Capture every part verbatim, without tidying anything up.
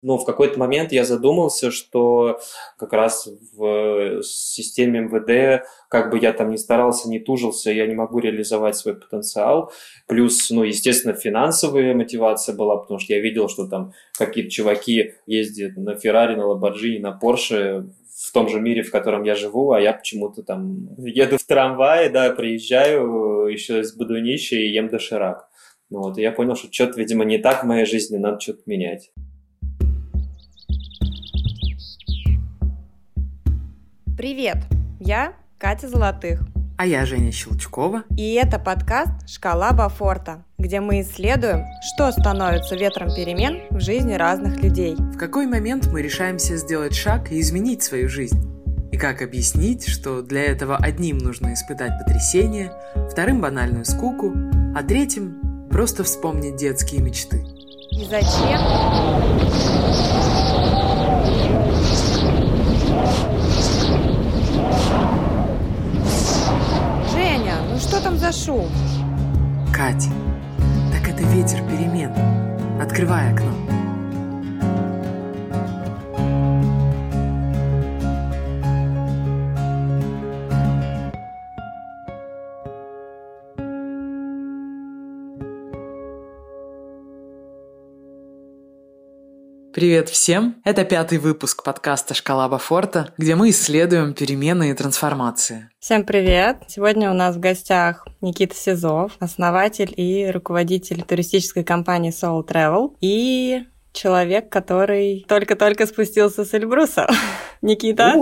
Но в какой-то момент я задумался, что как раз в системе эм вэ дэ, как бы я там ни старался, ни тужился, я не могу реализовать свой потенциал. Плюс, ну, естественно, финансовая мотивация была, потому что я видел, что там какие-то чуваки ездят на Феррари, на Ламборджини, на Порше в том же мире, в котором я живу, а я почему-то там еду в трамвае, да, приезжаю еще из Бодунища и ем доширак. Ну вот, и я понял, что что-то, видимо, не так в моей жизни, надо что-то менять. Привет, я Катя Золотых. А я Женя Щелчкова. И это подкаст «Шкала Бафорта», где мы исследуем, что становится ветром перемен в жизни разных людей. В какой момент мы решаемся сделать шаг и изменить свою жизнь? И как объяснить, что для этого одним нужно испытать потрясение, вторым банальную скуку, а третьим просто вспомнить детские мечты. И зачем? Женя, ну что там за шум? Кать, так это ветер перемен. Открывай окно. Привет всем! Это пятый выпуск подкаста «Шкала Бафорта», где мы исследуем перемены и трансформации. Всем привет! Сегодня у нас в гостях Никита Сизов, основатель и руководитель туристической компании Soul Travel, и человек, который только-только спустился с Эльбруса. Никита?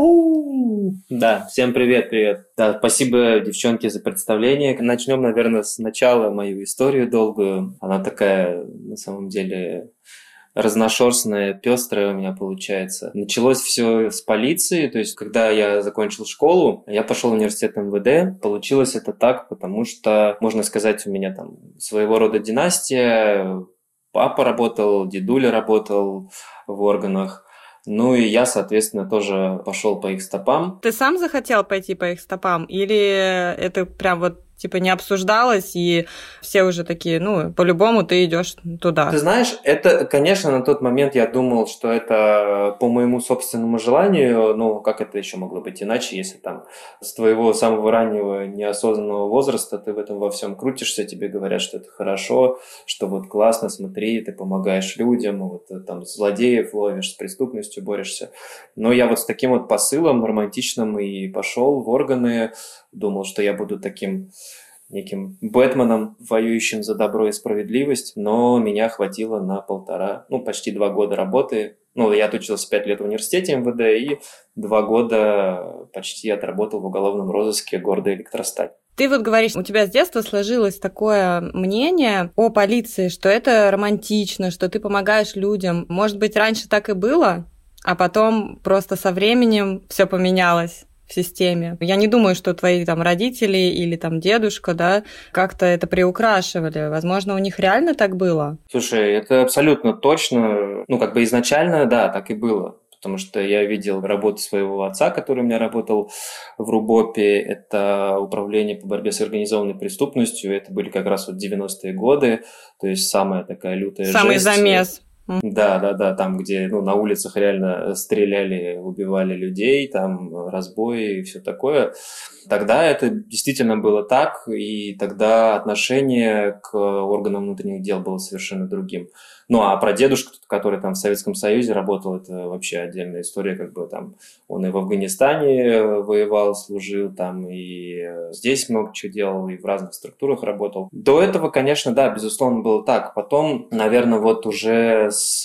Да, всем привет, привет. Да, спасибо, девчонки, за представление. Начнем, наверное, с начала мою историю долгую. Она такая, на самом деле, разношерстная, пестрая у меня получается. Началось все с полиции, то есть когда я закончил школу, я пошел в университет эм вэ дэ. Получилось это так, потому что, можно сказать, у меня там своего рода династия. Папа работал, дедуля работал в органах. Ну и я, соответственно, тоже пошел по их стопам. Ты сам захотел пойти по их стопам? Или это прям вот типа не обсуждалось, и все уже такие, ну, по-любому ты идешь туда? Ты знаешь, это, конечно, на тот момент я думал, что это по моему собственному желанию, ну, как это еще могло быть иначе, если там с твоего самого раннего неосознанного возраста ты в этом во всем крутишься, тебе говорят, что это хорошо, что вот классно, смотри, ты помогаешь людям, вот там злодеев ловишь, с преступностью борешься. Но я вот с таким вот посылом романтичным и пошел в органы, думал, что я буду таким неким Бэтменом, воюющим за добро и справедливость, но меня хватило на полтора, ну, почти два года работы. Ну, я отучился пять лет в университете эм вэ дэ и два года почти отработал в уголовном розыске города Электросталь. Ты вот говоришь, у тебя с детства сложилось такое мнение о полиции, что это романтично, что ты помогаешь людям. Может быть, раньше так и было, а потом просто со временем все поменялось в системе. Я не думаю, что твои там родители или там дедушка, да, как-то это приукрашивали. Возможно, у них реально так было? Слушай, это абсолютно точно. Ну, как бы изначально, да, так и было. Потому что я видел работу своего отца, который у меня работал в РУБОПе. Это управление по борьбе с организованной преступностью. Это были как раз вот девяностые годы. То есть самая такая лютая жесть. Самый замес. Да, да, да, там, где ну, на улицах реально стреляли, убивали людей, там разбои и все такое. Тогда это действительно было так, и тогда отношение к органам внутренних дел было совершенно другим. Ну, а про дедушку, который там в Советском Союзе работал, это вообще отдельная история, как бы там он и в Афганистане воевал, служил там, и здесь много чего делал, и в разных структурах работал. До этого, конечно, да, безусловно, было так. Потом, наверное, вот уже с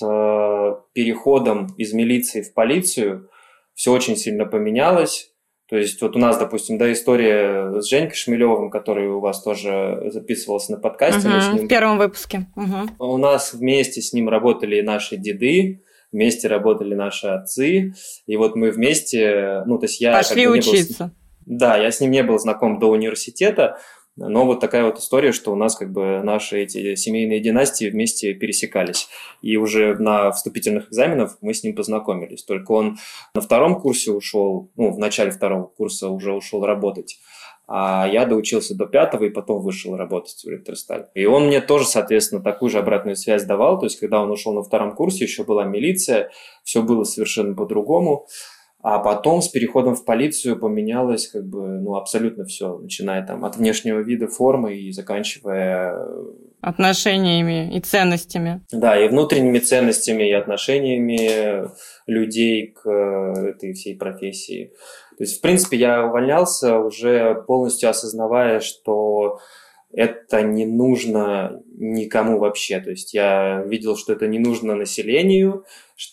переходом из милиции в полицию все очень сильно поменялось. То есть вот у нас, допустим, да, история с Женькой Шмелевым, который у вас тоже записывался на подкасте. Угу, мы с ним... В первом выпуске. Угу. У нас вместе с ним работали наши деды, вместе работали наши отцы, и вот мы вместе, ну, то есть я... Пошли как бы учиться. Был... Да, я с ним не был знаком до университета, но вот такая вот история, что у нас как бы наши эти семейные династии вместе пересекались. И уже на вступительных экзаменах мы с ним познакомились. Только он на втором курсе ушел, ну, в начале второго курса уже ушел работать. а я доучился до пятого и потом вышел работать в Электросталь. И он мне тоже, соответственно, такую же обратную связь давал, то есть когда он ушел на втором курсе, еще была милиция, все было совершенно по-другому. А потом с переходом в полицию поменялось как бы, ну, абсолютно все, начиная там от внешнего вида, формы и заканчивая... Отношениями и ценностями. Да, и внутренними ценностями, и отношениями людей к этой всей профессии. То есть, в принципе, я увольнялся, уже полностью осознавая, что это не нужно никому вообще. То есть я видел, что это не нужно населению,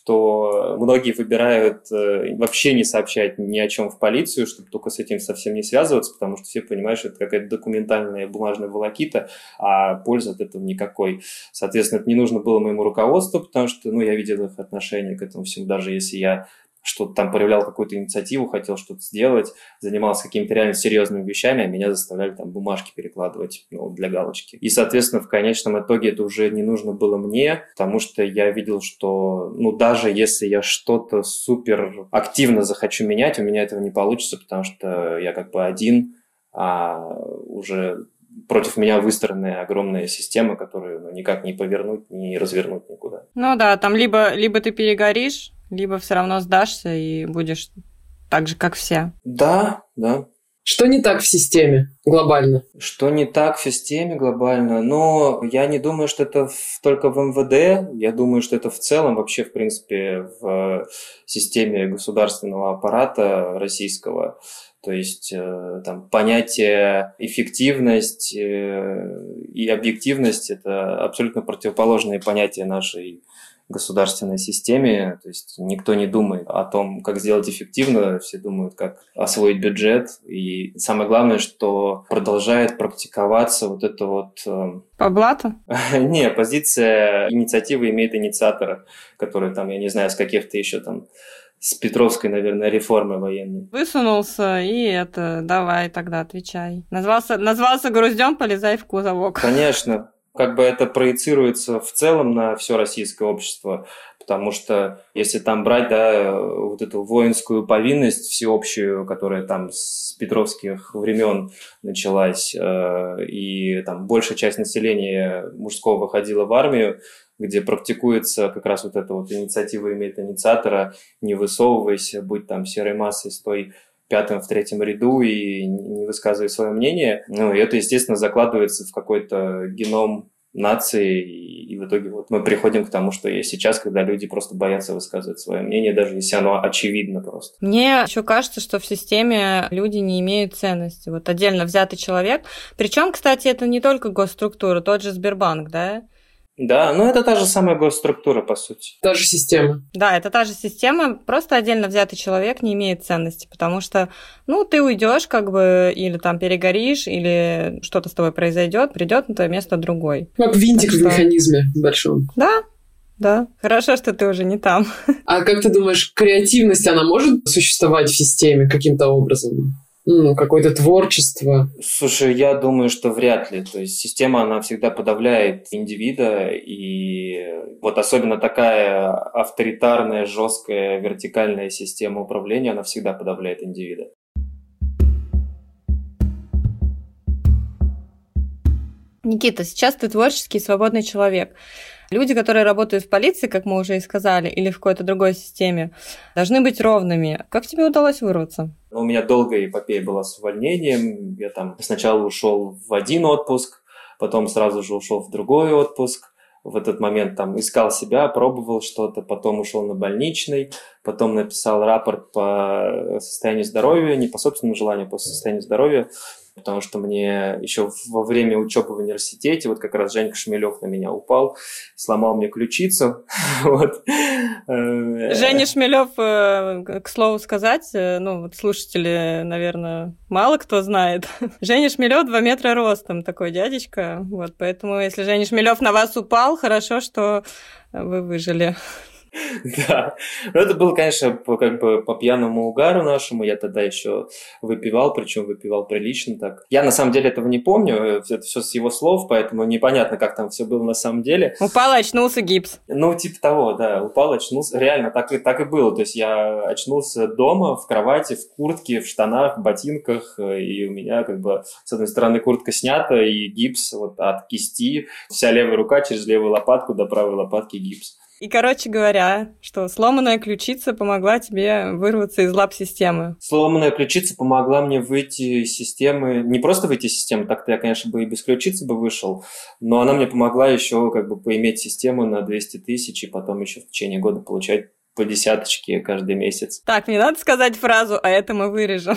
что многие выбирают вообще не сообщать ни о чем в полицию, чтобы только с этим совсем не связываться, потому что все понимают, что это какая-то документальная бумажная волокита, а пользы от этого никакой. Соответственно, это не нужно было моему руководству, потому что, ну, я видел их отношение к этому всему, даже если я что-то там проявлял какую-то инициативу, хотел что-то сделать, занимался какими-то реально серьезными вещами, а меня заставляли там бумажки перекладывать, ну, для галочки. И, соответственно, в конечном итоге это уже не нужно было мне, потому что я видел, что, ну, даже если я что-то супер активно захочу менять, у меня этого не получится, потому что я как бы один, а уже против меня выстроенная огромная система, которую, ну, никак не повернуть, не развернуть никуда. Ну да, там либо, либо ты перегоришь, либо все равно сдашься и будешь так же, как все. Да, да. Что не так в системе глобально? Что не так в системе глобально? Но я не думаю, что это в, только в эм вэ дэ. Я думаю, что это в целом вообще, в принципе, в системе государственного аппарата российского. То есть э, там понятие эффективность э, и объективность – это абсолютно противоположные понятия нашей государственной системе, то есть никто не думает о том, как сделать эффективно, все думают, как освоить бюджет, и самое главное, что продолжает практиковаться вот это вот... По блату? Не, позиция инициативы имеет инициатора, который там, я не знаю, с каких-то еще там с Петровской, наверное, реформы военной. Высунулся, и это, давай тогда отвечай. Назвался, назвался груздем, полезай в кузовок. Конечно. Как бы это проецируется в целом на все российское общество, потому что если там брать, да, вот эту воинскую повинность всеобщую, которая там с петровских времен началась, э, и там большая часть населения мужского выходила в армию, где практикуется как раз вот эта вот инициатива имеет инициатора, не высовывайся, будь там серой массой, стой пятым в третьем ряду и не высказывай свое мнение. Ну, и это, естественно, закладывается в какой-то геном нации, и, и в итоге вот мы приходим к тому, что есть сейчас, когда люди просто боятся высказывать свое мнение, даже если оно очевидно просто. Мне еще кажется, что в системе люди не имеют ценности. Вот отдельно взятый человек. Причем, кстати, это не только госструктура, тот же Сбербанк, да? Да, ну это та же самая госструктура, по сути. Та же система. Да, это та же система, просто отдельно взятый человек не имеет ценности, потому что, ну, ты уйдешь, как бы, или там перегоришь, или что-то с тобой произойдет, придет на твое место другой. Как винтик так в что... механизме большом. Да, да. Хорошо, что ты уже не там. А как ты думаешь, креативность, она может существовать в системе каким-то образом? Ну, какое-то творчество. Слушай, я думаю, что вряд ли. То есть система, она всегда подавляет индивида, и вот особенно такая авторитарная, жесткая, вертикальная система управления, она всегда подавляет индивида. Никита, сейчас ты творческий и свободный человек. Люди, которые работают в полиции, как мы уже и сказали, или в какой-то другой системе, должны быть ровными. Как тебе удалось вырваться? У меня долгая эпопея была с увольнением. Я там сначала ушел в один отпуск, потом сразу же ушел в другой отпуск. В этот момент там искал себя, пробовал что-то, потом ушел на больничный, потом написал рапорт по состоянию здоровья, не по собственному желанию, а по состоянию здоровья. Потому что мне еще во время учебы в университете, вот как раз Женька Шмелев на меня упал, сломал мне ключицу. Вот. Женя Шмелев, к слову сказать, ну вот слушатели, наверное, мало кто знает. Женя Шмелев два метра ростом, такой дядечка. Вот, поэтому если Женя Шмелев на вас упал, хорошо, что вы выжили. Да, но это было, конечно, по, как бы по пьяному угару нашему. Я тогда еще выпивал, причем выпивал прилично так. Я на самом деле этого не помню, это все с его слов, поэтому непонятно, как там все было на самом деле. Упал, очнулся, гипс. Ну, типа того, да, упал, очнулся. Реально, так и, так и было. То есть я очнулся дома, в кровати, в куртке, в штанах, в ботинках, и у меня как бы с одной стороны куртка снята, и гипс вот от кисти, вся левая рука через левую лопатку до правой лопатки гипс. И, короче говоря, что сломанная ключица помогла тебе вырваться из лап системы. Сломанная ключица помогла мне выйти из системы, не просто выйти из системы, так-то я, конечно, бы и без ключицы бы вышел, но она мне помогла еще как бы поиметь систему на двести тысяч и потом еще в течение года получать по десяточке каждый месяц. Так, не надо сказать фразу, а это мы вырежем.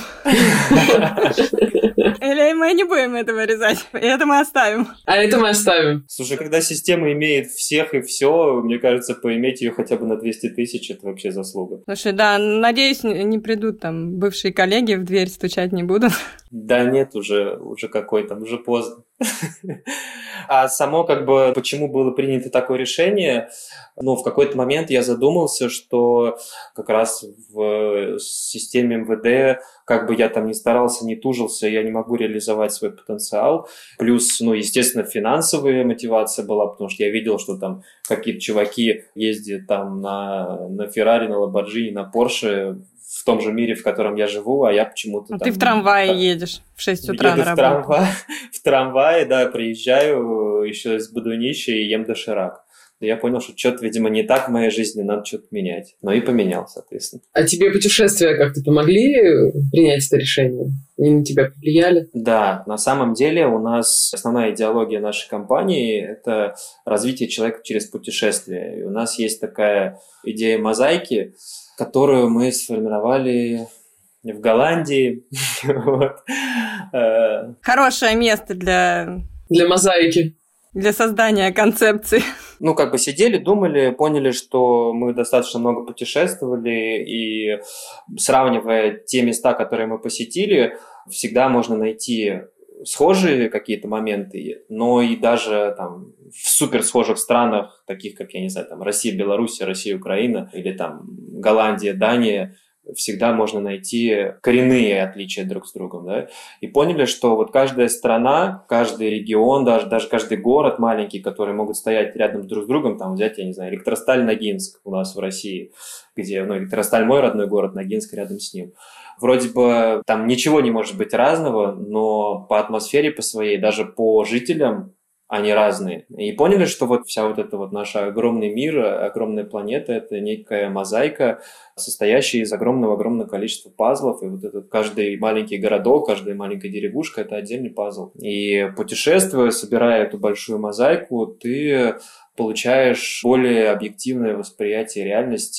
Или мы не будем это вырезать, это мы оставим. А это мы оставим. Слушай, когда система имеет всех и все, мне кажется, поиметь ее хотя бы на двести тысяч, это вообще заслуга. Слушай, да, надеюсь, не придут там бывшие коллеги, в дверь стучать не будут. Да нет, уже, уже какой там, уже поздно. А само как бы, почему было принято такое решение, ну, в какой-то момент я задумался, что как раз в системе эм вэ дэ, как бы я там ни старался, ни тужился, я не могу реализовать свой потенциал. Плюс, ну, естественно, финансовая мотивация была, потому что я видел, что там какие-то чуваки ездят там на, на Феррари, на Ламборджини, на Порше, в том же мире, в котором я живу, а я почему-то... А там, ты в трамвае так, едешь в шесть утра еду на в работу. Трамвае, в трамвае, да, приезжаю еще из Бодунища и ем доширак. Я понял, что что-то, видимо, не так в моей жизни, надо что-то менять. Ну и поменял, соответственно. А тебе путешествия как-то помогли принять это решение? Они на тебя повлияли? Да, на самом деле у нас основная идеология нашей компании – это развитие человека через путешествие. И у нас есть такая идея мозаики, которую мы сформировали в Голландии. Хорошее место для... Для мозаики. Для создания концепции. Ну, как бы сидели, думали, поняли, что мы достаточно много путешествовали, и сравнивая те места, которые мы посетили, всегда можно найти схожие какие-то моменты, но и даже там в супер схожих странах, таких как, я не знаю, там Россия, Беларусь, Россия, Украина, или там Голландия, Дания, всегда можно найти коренные отличия друг с другом, да, и поняли, что вот каждая страна, каждый регион, даже, даже каждый город маленький, которые могут стоять рядом друг с другом, там взять, я не знаю, Электросталь Ногинск у нас в России, где, ну, Электросталь мой родной город, Ногинск рядом с ним. Вроде бы там ничего не может быть разного, но по атмосфере, по своей, даже по жителям они разные. И поняли, что вот вся вот эта вот наша огромный мир, огромная планета – это некая мозаика, состоящая из огромного-огромного количества пазлов. И вот этот каждый маленький городок, каждая маленькая деревушка – это отдельный пазл. И путешествуя, собирая эту большую мозаику, ты получаешь более объективное восприятие реальности.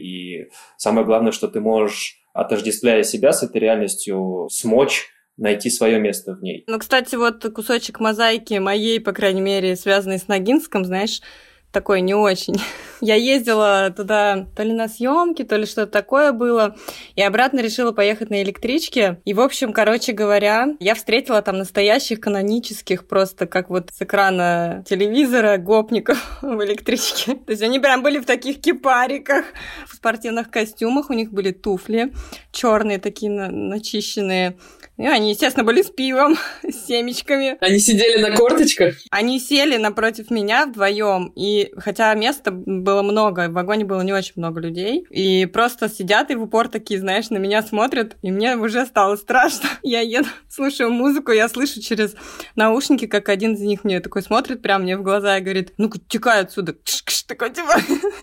И самое главное, что ты можешь, отождествляя себя с этой реальностью, смочь найти свое место в ней. Ну, кстати, вот кусочек мозаики моей, по крайней мере, связанный с Ногинском, знаешь, такой не очень. Я ездила туда то ли на съемки, то ли что-то такое было, и обратно решила поехать на электричке. И, в общем, короче говоря, я встретила там настоящих канонических, просто как вот с экрана телевизора, гопников в электричке. То есть они прям были в таких кипариках, в спортивных костюмах, у них были туфли черные, такие начищенные. И они, естественно, были с пивом, с семечками. Они сидели на корточках? Они сели напротив меня вдвоем, и хотя места было много, в вагоне было не очень много людей, и просто сидят и в упор такие, знаешь, на меня смотрят, и мне уже стало страшно. Я еду, слушаю музыку, я слышу через наушники, как один из них мне такой смотрит прямо мне в глаза и говорит: ну-ка, текай отсюда. Кш-кш, такой, типа...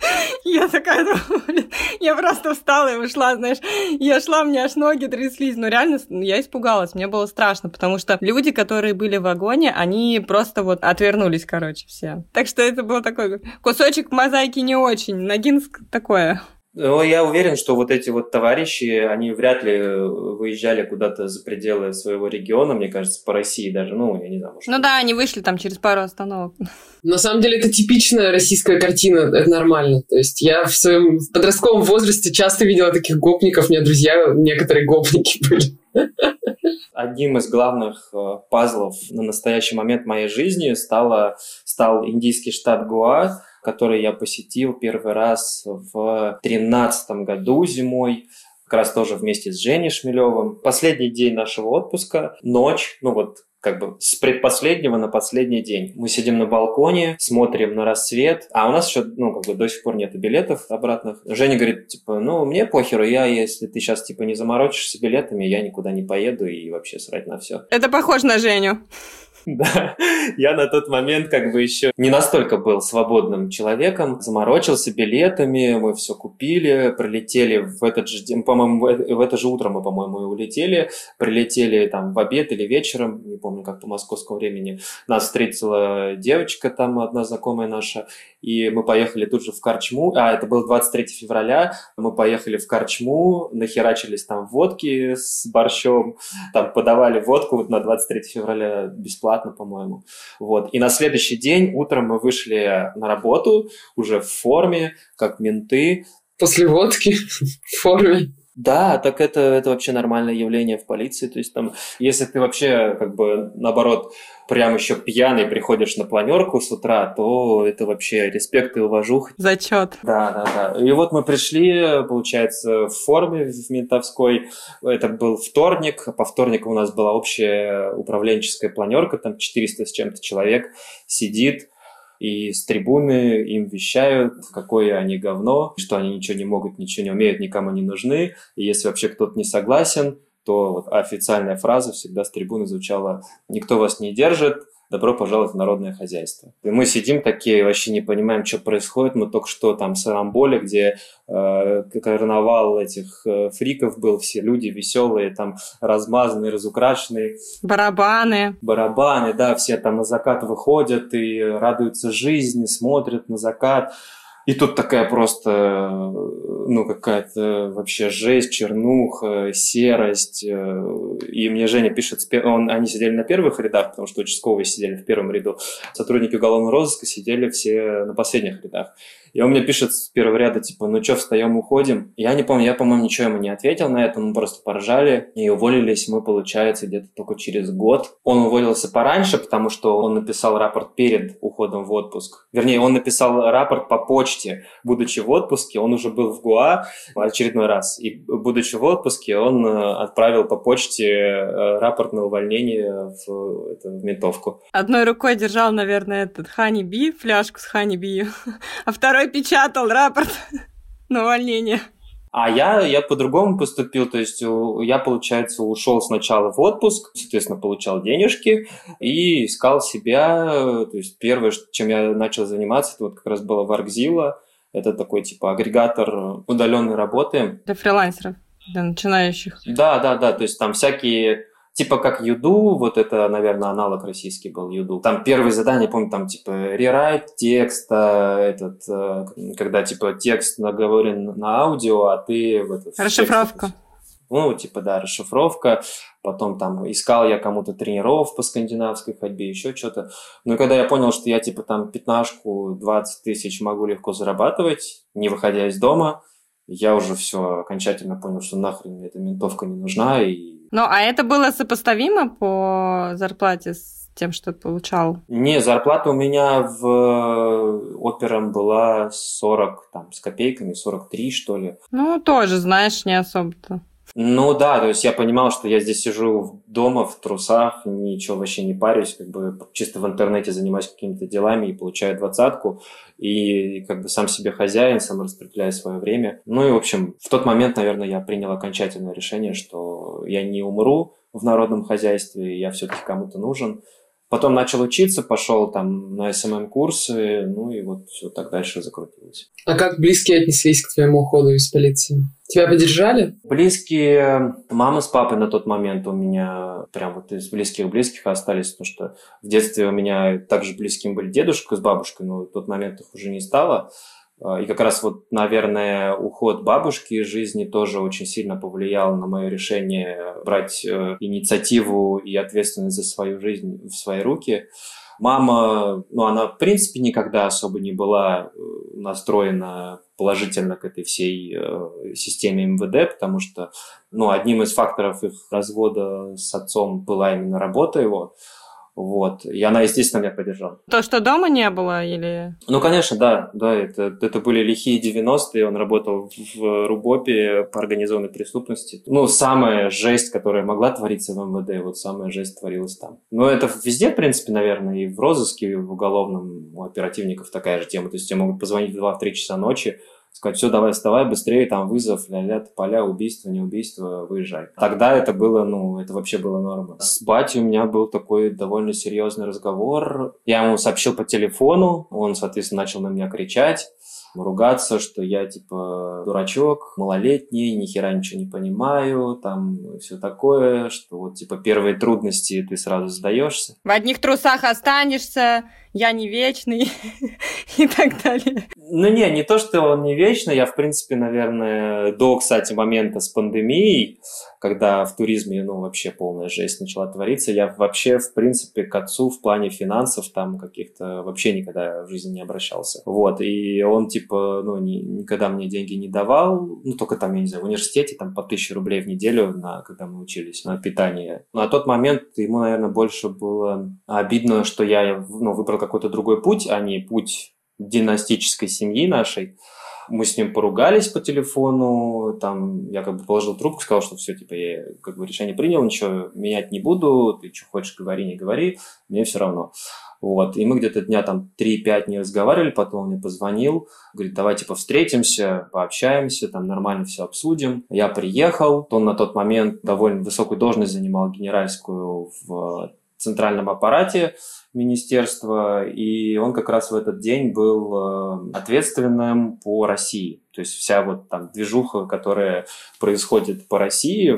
Я такая, блин, я просто встала и ушла, знаешь. Я шла, мне аж ноги тряслись, но реально я испугалась, мне было страшно, потому что люди, которые были в вагоне, они просто вот отвернулись, короче, все. Так что это был такой кусочек мозаики не очень, Ногинск такое. Ну, я уверен, что вот эти вот товарищи, они вряд ли выезжали куда-то за пределы своего региона, мне кажется, по России даже, ну, я не знаю, может... Ну да, они вышли там через пару остановок. На самом деле это типичная российская картина, это нормально. То есть я в своем подростковом возрасте часто видела таких гопников, у меня друзья некоторые гопники были. Одним из главных э, пазлов на настоящий момент моей жизни стало, стал индийский штат Гоа, который я посетил первый раз в тринадцатом году зимой, как раз тоже вместе с Женей Шмелевым. Последний день нашего отпуска, ночь, ну вот как бы с предпоследнего на последний день. Мы сидим на балконе, смотрим на рассвет, а у нас еще, ну, как бы до сих пор нет билетов обратных. Женя говорит, типа, ну, мне похеру, я, если ты сейчас, типа, не заморочишься билетами, я никуда не поеду и вообще срать на все. Это похоже на Женю. Да, я на тот момент как бы еще не настолько был свободным человеком, заморочился билетами, мы все купили, прилетели в этот же день, по-моему, в это же утро мы, по-моему, и улетели, прилетели там в обед или вечером, не помню, как по московскому времени, нас встретила девочка там, одна знакомая наша, и мы поехали тут же в корчму, а, это было двадцать третьего февраля, мы поехали в корчму, нахерачились там водки с борщом, там подавали водку вот на двадцать третьего февраля бесплатно, по-моему. Вот. И на следующий день утром мы вышли на работу уже в форме, как менты. После водки в форме? Да, так это, это вообще нормальное явление в полиции. То есть там, если ты вообще, как бы, наоборот, прям еще пьяный приходишь на планерку с утра, то это вообще респект и уважуха. Зачет. Да, да, да. И вот мы пришли, получается, в форме в ментовской. Это был вторник. По вторникам у нас была общая управленческая планерка, там четыреста с чем-то человек сидит. И с трибуны им вещают, какое они говно, что они ничего не могут, ничего не умеют, никому не нужны. И если вообще кто-то не согласен, то вот официальная фраза всегда с трибуны звучала «Никто вас не держит, добро пожаловать в народное хозяйство». И мы сидим такие, вообще не понимаем, что происходит. Мы только что там в Сарамболе, где э, карнавал этих э, фриков был, все люди веселые, там размазанные, разукрашенные. Барабаны. Барабаны, да, все там на закат выходят и радуются жизни, смотрят на закат. И тут такая просто, ну, какая-то вообще жесть, чернуха, серость. И мне Женя пишет, он, они сидели на первых рядах, потому что участковые сидели в первом ряду. Сотрудники уголовного розыска сидели все на последних рядах. И он мне пишет с первого ряда, типа, ну что, встаем, уходим? Я не помню, я, по-моему, ничего ему не ответил на это, мы просто поржали. И уволились мы, получается, где-то только через год. Он уволился пораньше, потому что он написал рапорт перед уходом в отпуск. Вернее, он написал рапорт по почте. Будучи в отпуске, он уже был в ГУА очередной раз. И, будучи в отпуске, он отправил по почте рапорт на увольнение в, это, в ментовку. Одной рукой держал, наверное, этот Honey Bee, фляжку с Honey Bee, а второй печатал рапорт на увольнение. А я, я по-другому поступил, то есть я, получается, ушел сначала в отпуск, соответственно, получал денежки и искал себя, то есть первое, чем я начал заниматься, это вот как раз было Workzilla, это такой типа агрегатор удаленной работы. Для фрилансеров, для начинающих. Да, да, да, то есть там всякие... Типа как Юду, вот это, наверное, аналог российский был Юду. Там первые задания, помню, там типа рерайт текста, этот, когда типа текст наговорен на аудио, а ты... В этот, расшифровка. Текст, ну, типа, да, расшифровка. Потом там искал я кому-то тренеров по скандинавской ходьбе, еще что-то. Ну и когда я понял, что я типа там пятнашку, двадцать тысяч могу легко зарабатывать, не выходя из дома, я уже все окончательно понял, что нахрен мне эта ментовка не нужна. И... Ну, а это было сопоставимо по зарплате с тем, что ты получал? Не, зарплата у меня в опером была сорок там, с копейками, сорок три, что ли. Ну, тоже, знаешь, не особо-то. Ну да, то есть я понимал, что я здесь сижу дома в трусах, ничего вообще не парюсь, как бы чисто в интернете занимаюсь какими-то делами и получаю двадцатку, и как бы сам себе хозяин, сам распределяю свое время. Ну и, в общем, в тот момент, наверное, я принял окончательное решение, что я не умру в народном хозяйстве, я все-таки кому-то нужен. Потом начал учиться, пошел там на эс эм эм-курсы, ну и вот все так дальше закрутилось. А как близкие отнеслись к твоему уходу из полиции? Тебя поддержали? Близкие, мама с папой на тот момент у меня прям вот из близких-близких остались, потому что в детстве у меня также близкими были дедушка с бабушкой, но в тот момент их уже не стало. И как раз вот, наверное, уход бабушки из жизни тоже очень сильно повлиял на мое решение брать инициативу и ответственность за свою жизнь в свои руки. Мама, ну, она, в принципе, никогда особо не была настроена положительно к этой всей э, системе эм вэ дэ, потому что, ну, одним из факторов их развода с отцом была именно работа его. Вот. И она, естественно, меня поддержала. То, что дома не было, или... Ну, конечно, да. Да, это, это были лихие девяностые. Он работал в РУБОПе по организованной преступности. Ну, самая жесть, которая могла твориться в эм вэ дэ, вот самая жесть творилась там. Но это везде, в принципе, наверное, и в розыске, и в уголовном у оперативников такая же тема. То есть тебе могут позвонить в два-три часа ночи, сказать, все, давай, вставай, быстрее, там вызов, ля-ля, поля, убийство, не убийство, выезжай. Тогда это было, ну, это вообще было норма. С батей у меня был такой довольно серьезный разговор. Я ему сообщил по телефону, он, соответственно, начал на меня кричать, ругаться, что я, типа, дурачок, малолетний, ни хера ничего не понимаю, там, все такое, что вот, типа, первые трудности ты сразу сдаешься. В одних трусах останешься, я не вечный и так далее. Ну, не, не то, что он не вечный, я, в принципе, наверное, до, кстати, момента с пандемией, когда в туризме, ну, вообще полная жесть начала твориться, я вообще, в принципе, к отцу в плане финансов там каких-то вообще никогда в жизни не обращался. Вот, и он, типа, ну, ни, никогда мне деньги не давал, ну, только там, я не знаю, в университете там по тысяче рублей в неделю, на, когда мы учились, на питание. На тот момент ему, наверное, больше было обидно, что я, ну, выбрал какой-то другой путь, а не путь династической семьи нашей. Мы с ним поругались по телефону, там я как бы положил трубку, сказал, что все, типа, я как бы решение принял, ничего менять не буду, ты что хочешь, говори, не говори, мне все равно. Вот, и мы где-то дня там три-пять не разговаривали, потом он мне позвонил, говорит, давай, типа, встретимся, пообщаемся, там нормально все обсудим. Я приехал, он на тот момент довольно высокую должность занимал, генеральскую, в центральном аппарате министерства, и он как раз в этот день был ответственным по России. То есть вся вот там движуха, которая происходит по России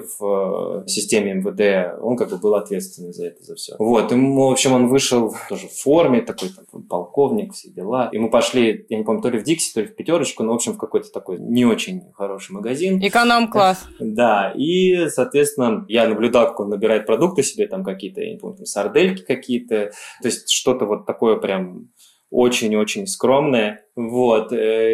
в системе эм вэ дэ, он как бы был ответственный за это, за все. Вот, и, в общем, он вышел тоже в форме, такой там, полковник, все дела. И мы пошли, я не помню, то ли в Дикси, то ли в Пятерочку, но, в общем, в какой-то такой не очень хороший магазин. Эконом-класс. Да, и, соответственно, я наблюдал, как он набирает продукты себе, там какие-то, я не помню, там сардельки какие-то, то есть что-то вот такое прям очень-очень скромное. Вот,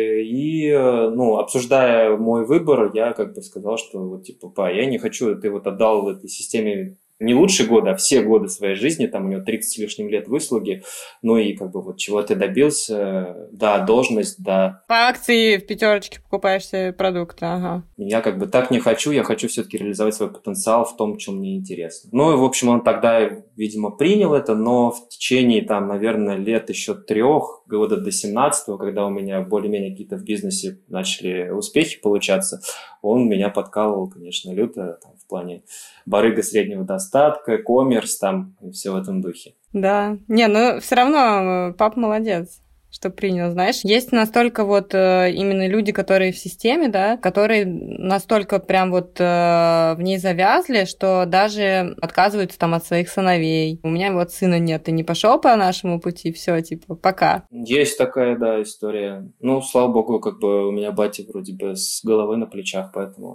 и, ну, обсуждая мой выбор, я как бы сказал, что вот, типа, па, я не хочу, ты вот отдал этой системе не лучшие годы, а все годы своей жизни, там у него тридцать с лишним лет выслуги, ну и как бы вот чего ты добился, да, должность, да. По акции в Пятерочке покупаешь себе продукты, ага. Я как бы так не хочу, я хочу все-таки реализовать свой потенциал в том, чем мне интересно. Ну и, в общем, он тогда, видимо, принял это, но в течение, там, наверное, лет еще трех, года до семнадцатого, когда у меня более-менее какие-то в бизнесе начали успехи получаться, он меня подкалывал, конечно, люто, там, в плане барыга среднего достатка, коммерс, там, и все в этом духе. Да. Не, ну все равно папа молодец, что принял, знаешь. Есть настолько вот именно люди, которые в системе, да, которые настолько прям вот в ней завязли, что даже отказываются там от своих сыновей. У меня вот сына нет, ты не пошел по нашему пути, все, типа, пока. Есть такая, да, история. Ну, слава богу, как бы у меня батя вроде бы с головой на плечах, поэтому...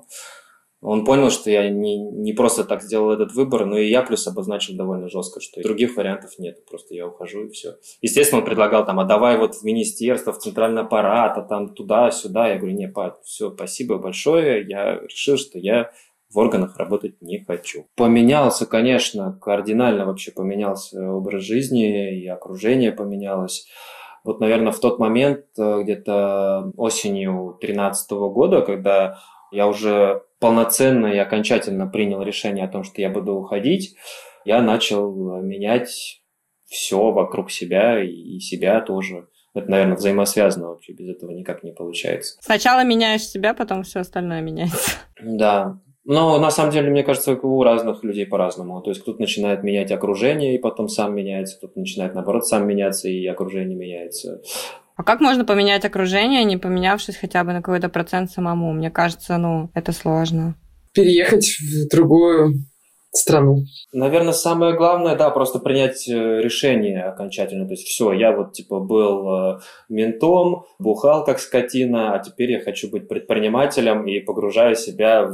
Он понял, что я не, не просто так сделал этот выбор, но и я плюс обозначил довольно жестко, что других вариантов нет, просто я ухожу и все. Естественно, он предлагал там, а давай вот в министерство, в центральный аппарат, а там туда-сюда. Я говорю, не, па, все, спасибо большое, я решил, что я в органах работать не хочу. Поменялся, конечно, кардинально вообще поменялся образ жизни, и окружение поменялось. Вот, наверное, в тот момент, где-то осенью тринадцатого года, когда я уже полноценно и окончательно принял решение о том, что я буду уходить, я начал менять все вокруг себя и себя тоже. Это, наверное, взаимосвязано вообще, без этого никак не получается. Сначала меняешь себя, потом все остальное меняется. Да. Но на самом деле, мне кажется, у разных людей по-разному. То есть кто-то начинает менять окружение и потом сам меняется, кто-то начинает, наоборот, сам меняться и окружение меняется. А как можно поменять окружение, не поменявшись хотя бы на какой-то процент самому? Мне кажется, ну, это сложно. Переехать в другую страну. Наверное, самое главное, да, просто принять решение окончательно. То есть все, я вот типа был ментом, бухал как скотина, а теперь я хочу быть предпринимателем и погружаю себя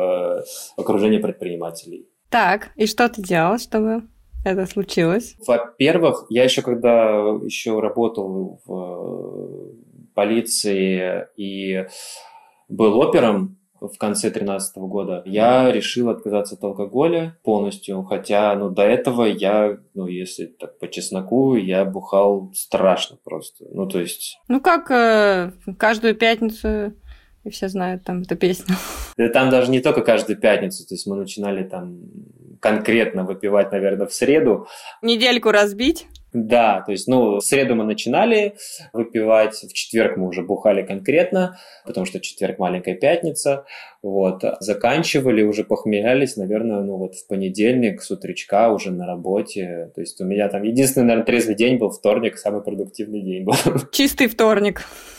в окружение предпринимателей. Так, и что ты делал, чтобы... это случилось? Во-первых, я еще когда еще работал в полиции и был опером в конце тринадцатого года, я решил отказаться от алкоголя полностью, хотя, ну, до этого я, ну, если так по чесноку, я бухал страшно просто, ну, то есть... Ну, как э, каждую пятницу, и все знают там эту песню. Да там даже не только каждую пятницу, то есть мы начинали там конкретно выпивать, наверное, в среду. Недельку разбить? Да, то есть, ну, в среду мы начинали выпивать, в четверг мы уже бухали конкретно, потому что четверг маленькая пятница, вот, заканчивали, уже похмелялись, наверное, ну, вот в понедельник с утречка уже на работе, то есть у меня там единственный, наверное, трезвый день был вторник, самый продуктивный день был. Чистый вторник.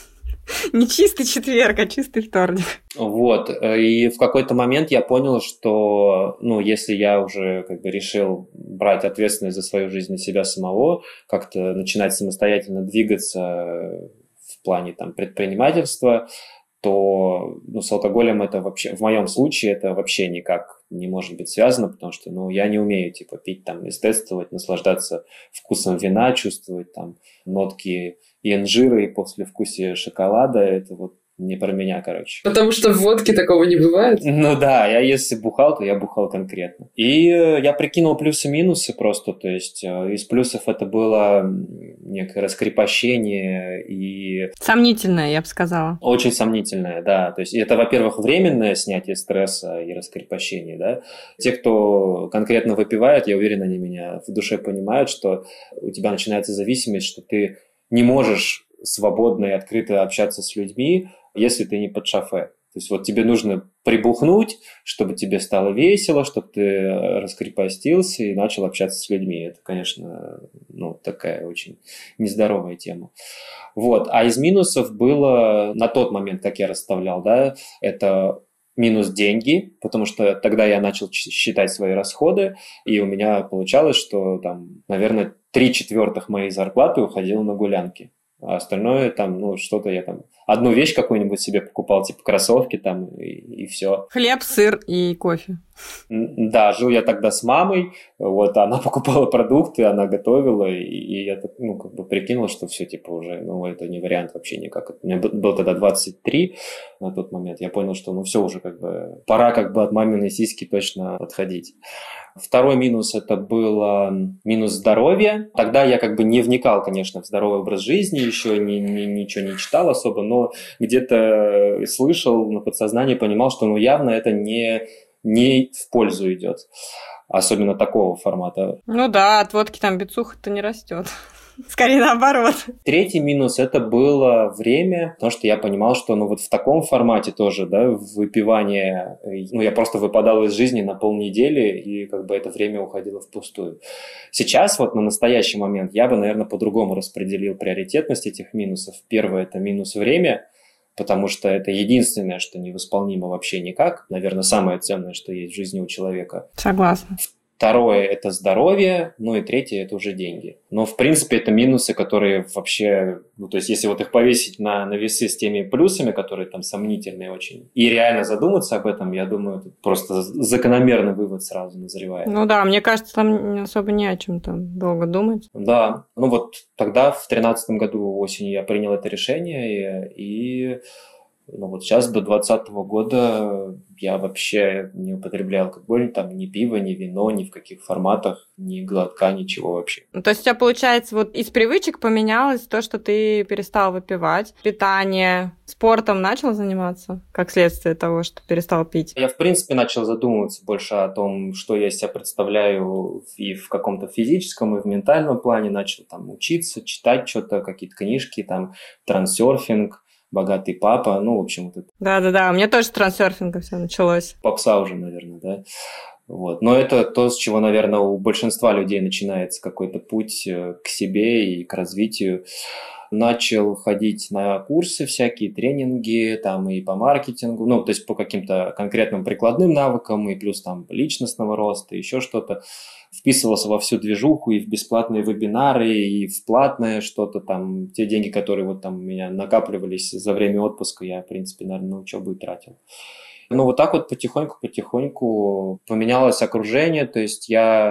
Не чистый четверг, а чистый вторник. Вот, и в какой-то момент я понял, что, ну, если я уже как бы решил брать ответственность за свою жизнь на себя самого, как-то начинать самостоятельно двигаться в плане там предпринимательства, то, ну, с алкоголем это вообще, в моем случае, это вообще никак не может быть связано, потому что, ну, я не умею, типа, пить там, эстетствовать, наслаждаться вкусом вина, чувствовать там нотки и инжира, и послевкусие шоколада, это вот не про меня, короче. Потому что в водке такого не бывает? Ну да, я если бухал, то я бухал конкретно. И я прикинул плюсы-минусы просто, то есть из плюсов это было некое раскрепощение и... Сомнительное, я бы сказала. Очень сомнительное, да. То есть это, во-первых, временное снятие стресса и раскрепощение, да. Те, кто конкретно выпивает, я уверен, они меня в душе понимают, что у тебя начинается зависимость, что ты не можешь свободно и открыто общаться с людьми, если ты не под шофе. То есть вот тебе нужно прибухнуть, чтобы тебе стало весело, чтобы ты раскрепостился и начал общаться с людьми. Это, конечно, ну, такая очень нездоровая тема. Вот. А из минусов было на тот момент, как я расставлял, да, это минус деньги, потому что тогда я начал считать свои расходы, и у меня получалось, что там, наверное, три четвертых моей зарплаты уходило на гулянки. А остальное там, ну, что-то я там... Одну вещь какую-нибудь себе покупал, типа кроссовки там, и, и все. Хлеб, сыр и кофе. Да, жил я тогда с мамой, вот, она покупала продукты, она готовила, и, и я, ну, как бы прикинул, что все, типа, уже, ну, это не вариант вообще никак. У меня было тогда двадцать три на тот момент, я понял, что, ну, все уже, как бы, пора, как бы, от маминой сиськи точно отходить. Второй минус – это было минус здоровья. Тогда я как бы не вникал, конечно, в здоровый образ жизни, еще ни, ни, ничего не читал особо, но где-то слышал на подсознании, понимал, что ну явно это не, не в пользу идет. Особенно такого формата. Ну да, от водки там бицуха-то не растет. Скорее наоборот. Третий минус – это было время, потому что я понимал, что ну вот в таком формате тоже, да, выпивание, ну я просто выпадал из жизни на полнедели, и как бы это время уходило впустую. Сейчас вот на настоящий момент я бы, наверное, по-другому распределил приоритетность этих минусов. Первое – это минус время, потому что это единственное, что невосполнимо вообще никак. Наверное, самое ценное, что есть в жизни у человека. Согласна. Второе – это здоровье, ну и третье – это уже деньги. Но, в принципе, это минусы, которые вообще, ну, то есть, если вот их повесить на, на весы с теми плюсами, которые там сомнительные очень, и реально задуматься об этом, я думаю, это просто закономерный вывод сразу назревает. Ну да, мне кажется, там особо не о чем там долго думать. Да, ну вот тогда в тринадцатом году осенью я принял это решение, и... и ну вот сейчас до двадцатого года я вообще не употреблял алкоголь, там ни пиво, ни вино, ни в каких форматах, ни глотка, ничего вообще. Ну, то есть у тебя, получается, вот из привычек поменялось то, что ты перестал выпивать, питание, спортом начал заниматься, как следствие того, что перестал пить? Я, в принципе, начал задумываться больше о том, что я из себя представляю и в каком-то физическом, и в ментальном плане, начал там учиться, читать что-то, какие-то книжки, там, трансерфинг, богатый папа, ну, в общем, вот это. Да-да-да, у меня тоже с трансерфинга все началось. Попса уже, наверное, да. Вот. Но это то, с чего, наверное, у большинства людей начинается какой-то путь к себе и к развитию. Начал ходить на курсы всякие, тренинги, там и по маркетингу, ну, то есть по каким-то конкретным прикладным навыкам, и плюс там личностного роста, еще что-то. Вписывался во всю движуху, и в бесплатные вебинары, и в платное что-то там. Те деньги, которые вот там у меня накапливались за время отпуска, я, в принципе, наверное, на учебу и тратил. Ну, вот так вот потихоньку-потихоньку поменялось окружение, то есть я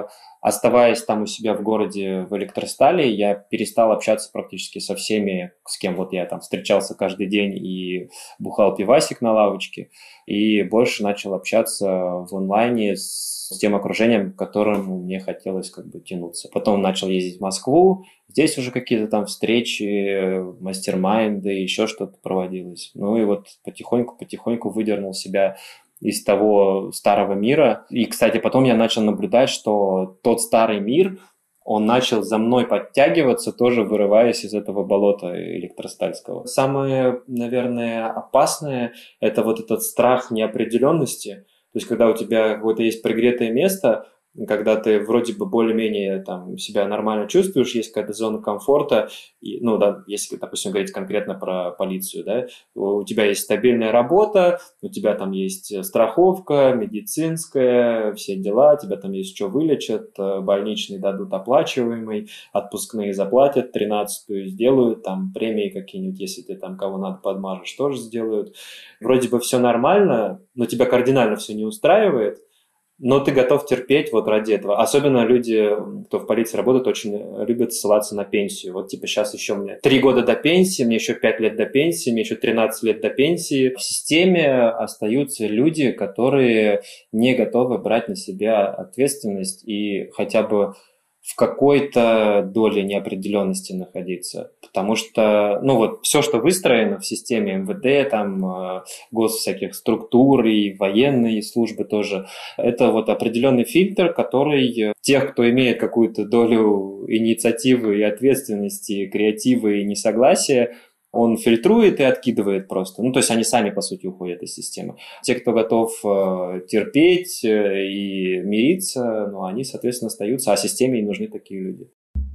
Оставаясь там у себя в городе в Электростали, я перестал общаться практически со всеми, с кем вот я там встречался каждый день и бухал пивасик на лавочке, и больше начал общаться в онлайне с, с тем окружением, к которому мне хотелось как бы тянуться. Потом начал ездить в Москву, здесь уже какие-то там встречи, мастер-майнды, еще что-то проводилось. Ну и вот потихоньку-потихоньку выдернул себя из того старого мира. И, кстати, потом я начал наблюдать, что тот старый мир, он начал за мной подтягиваться, тоже вырываясь из этого болота электростальского. Самое, наверное, опасное – это вот этот страх неопределенности. То есть, когда у тебя какое-то есть пригретое место, когда ты вроде бы более-менее там себя нормально чувствуешь, есть какая-то зона комфорта, и, ну да, если, допустим, говорить конкретно про полицию, да, у тебя есть стабильная работа, у тебя там есть страховка медицинская, все дела, тебя там есть что вылечат, больничный дадут оплачиваемый, отпускные заплатят, тринадцатую сделают, там премии какие-нибудь, если ты там кого надо подмажешь, тоже сделают. Вроде бы все нормально, но тебя кардинально все не устраивает, но ты готов терпеть вот ради этого. Особенно люди, кто в полиции работает, очень любят ссылаться на пенсию. Вот типа сейчас еще мне три года до пенсии, мне еще пять лет до пенсии, мне еще тринадцать лет до пенсии. В системе остаются люди, которые не готовы брать на себя ответственность и хотя бы в какой-то доле неопределенности находиться. Потому что, ну вот, все, что выстроено в системе эм вэ дэ, там, гос всяких структур и военные службы тоже, это вот определенный фильтр, который тех, кто имеет какую-то долю инициативы и ответственности, креатива и несогласия, он фильтрует и откидывает просто. Ну, то есть они сами, по сути, уходят из системы. Те, кто готов э, терпеть э, и мириться, ну, они, соответственно, остаются, а системе и нужны такие люди.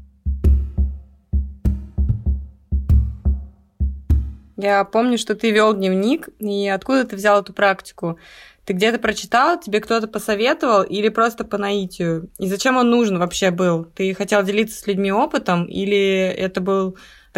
Я помню, что ты вел дневник, и откуда ты взял эту практику? Ты где-то прочитал, тебе кто-то посоветовал или просто по наитию? И зачем он нужен вообще был? Ты хотел делиться с людьми опытом или это был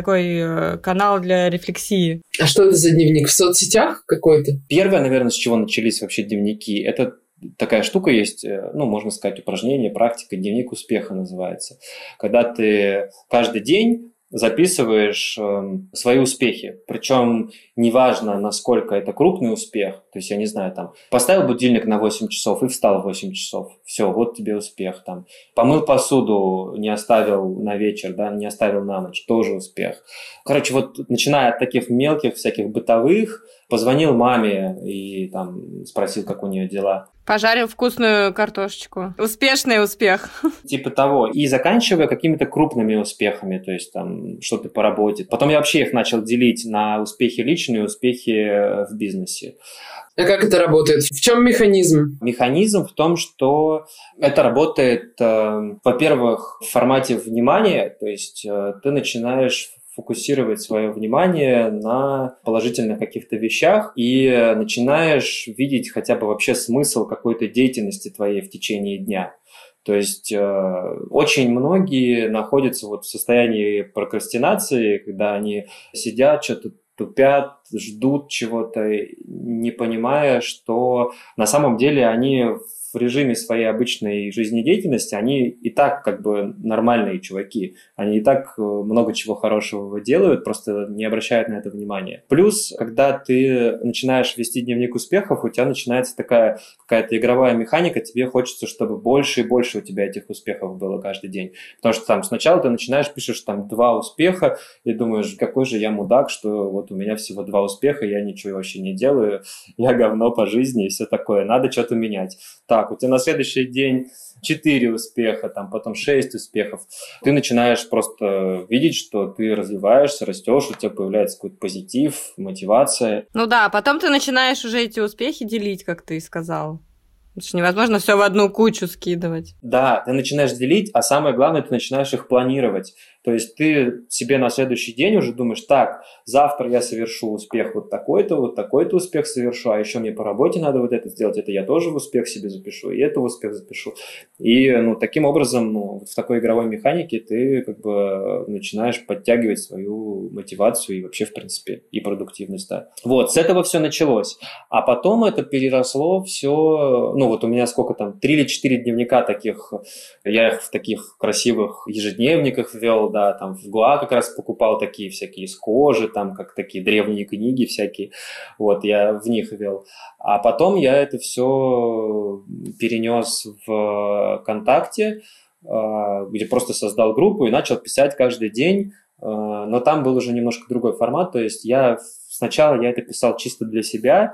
такой канал для рефлексии? А что это за дневник? В соцсетях какой-то? Первое, наверное, с чего начались вообще дневники, это такая штука есть, ну, можно сказать, упражнение, практика, дневник успеха называется. Когда ты каждый день записываешь э, свои успехи. Причем неважно, насколько это крупный успех. То есть, я не знаю, там, поставил будильник на восемь часов и встал в восемь часов. Все, вот тебе успех. Там, помыл посуду, не оставил на вечер, да, не оставил на ночь. Тоже успех. Короче, вот начиная от таких мелких, всяких бытовых, позвонил маме и там спросил, как у нее дела. Пожарил вкусную картошечку. Успешный успех. Типа того. И заканчивая какими-то крупными успехами, то есть там что-то по работе. Потом я вообще их начал делить на успехи личные и успехи в бизнесе. А как это работает? В чем механизм? Механизм в том, что это работает, э, во-первых, в формате внимания, то есть э, ты начинаешь фокусировать свое внимание на положительных каких-то вещах и начинаешь видеть хотя бы вообще смысл какой-то деятельности твоей в течение дня. То есть э, очень многие находятся вот в состоянии прокрастинации, когда они сидят, что-то тупят, ждут чего-то, не понимая, что на самом деле они в режиме своей обычной жизнедеятельности, они и так как бы нормальные чуваки. Они и так много чего хорошего делают, просто не обращают на это внимания. Плюс, когда ты начинаешь вести дневник успехов, у тебя начинается такая какая-то игровая механика, тебе хочется, чтобы больше и больше у тебя этих успехов было каждый день. Потому что там сначала ты начинаешь, пишешь там два успеха и думаешь, какой же я мудак, что вот у меня всего два успеха, я ничего вообще не делаю, я говно по жизни и все такое, надо что-то менять. Так, у тебя на следующий день четыре успеха, там, потом шесть успехов. Ты начинаешь просто видеть, что ты развиваешься, растешь, у тебя появляется какой-то позитив, мотивация. Ну да, потом ты начинаешь уже эти успехи делить, как ты и сказал. Потому что невозможно все в одну кучу скидывать. Да, ты начинаешь делить, а самое главное, ты начинаешь их планировать. То есть ты себе на следующий день уже думаешь, так, завтра я совершу успех вот такой-то, вот такой-то успех совершу, а еще мне по работе надо вот это сделать, это я тоже в успех себе запишу, и это в успех запишу. И ну, таким образом ну, в такой игровой механике ты как бы начинаешь подтягивать свою мотивацию и вообще, в принципе, и продуктивность. Да. Вот, с этого все началось. А потом это переросло все, ну вот у меня сколько там, три или четыре дневника таких, я их в таких красивых ежедневниках вел, да, там в Гоа как раз покупал такие всякие из кожи, там как такие древние книги всякие, вот, я в них вел. А потом я это все перенес в ВКонтакте, где просто создал группу и начал писать каждый день, но там был уже немножко другой формат, то есть я сначала я это писал чисто для себя,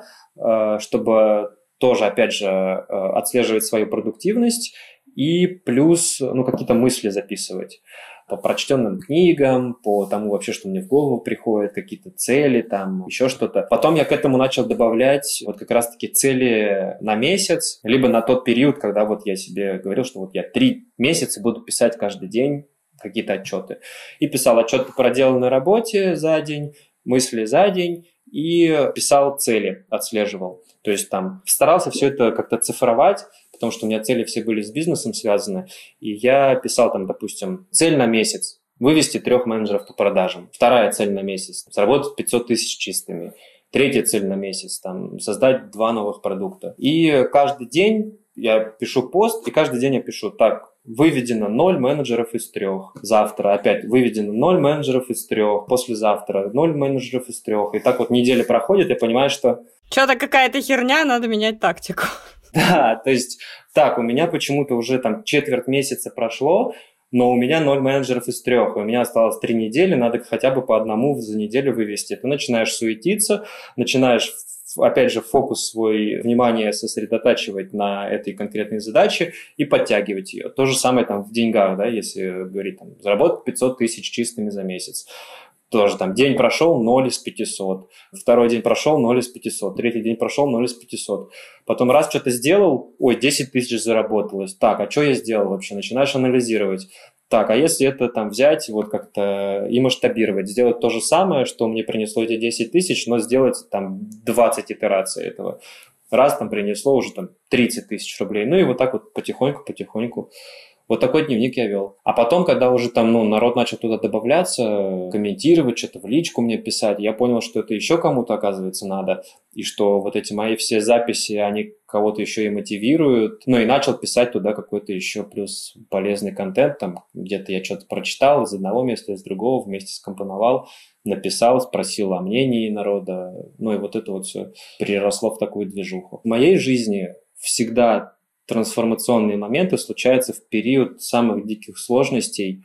чтобы тоже, опять же, отслеживать свою продуктивность и плюс ну, какие-то мысли записывать по прочтенным книгам, по тому вообще, что мне в голову приходит, какие-то цели, там, еще что-то. Потом я к этому начал добавлять вот как раз-таки цели на месяц, либо на тот период, когда вот я себе говорил, что вот я три месяца буду писать каждый день какие-то отчеты. И писал отчет по проделанной работе за день, мысли за день, и писал цели, отслеживал. То есть там старался все это как-то цифровать, потому что у меня цели все были с бизнесом связаны, и я писал там, допустим, цель на месяц – вывести трех менеджеров по продажам. Вторая цель на месяц – заработать пятьсот тысяч чистыми. Третья цель на месяц – там, создать два новых продукта. И каждый день я пишу пост, и каждый день я пишу так, выведено ноль менеджеров из трех. Завтра опять выведено ноль менеджеров из трех. Послезавтра ноль менеджеров из трех. И так вот неделя проходит, я понимаю, что... Что-то какая-то херня, надо менять тактику. Да, то есть так, у меня почему-то уже там четверть месяца прошло, но у меня ноль менеджеров из трех, и у меня осталось три недели, надо хотя бы по одному за неделю вывести. Ты начинаешь суетиться, начинаешь, опять же, фокус свой, внимание сосредотачивать на этой конкретной задаче и подтягивать ее. То же самое там в деньгах, да, если говорить, там, заработать пятьсот тысяч чистыми за месяц. Тоже там день прошел ноль из пятисот, второй день прошел ноль из пятисот, третий день прошел ноль из пятисот. Потом раз что-то сделал, ой, десять тысяч заработалось. Так, а что я сделал вообще? Начинаешь анализировать. Так, а если это там взять, вот как-то и масштабировать, сделать то же самое, что мне принесло эти десять тысяч, но сделать там двадцать итераций этого. Раз там принесло уже там тридцать тысяч рублей. Ну и вот так вот потихоньку-потихоньку. Вот такой дневник я вел. А потом, когда уже там, ну, народ начал туда добавляться, комментировать, что-то в личку мне писать, я понял, что это еще кому-то, оказывается, надо, и что вот эти мои все записи, они кого-то еще и мотивируют. Ну, и начал писать туда какой-то еще плюс полезный контент, там где-то я что-то прочитал из одного места, из другого, вместе скомпоновал, написал, спросил о мнении народа. Ну, и вот это вот все переросло в такую движуху. В моей жизни всегда трансформационные моменты случаются в период самых диких сложностей,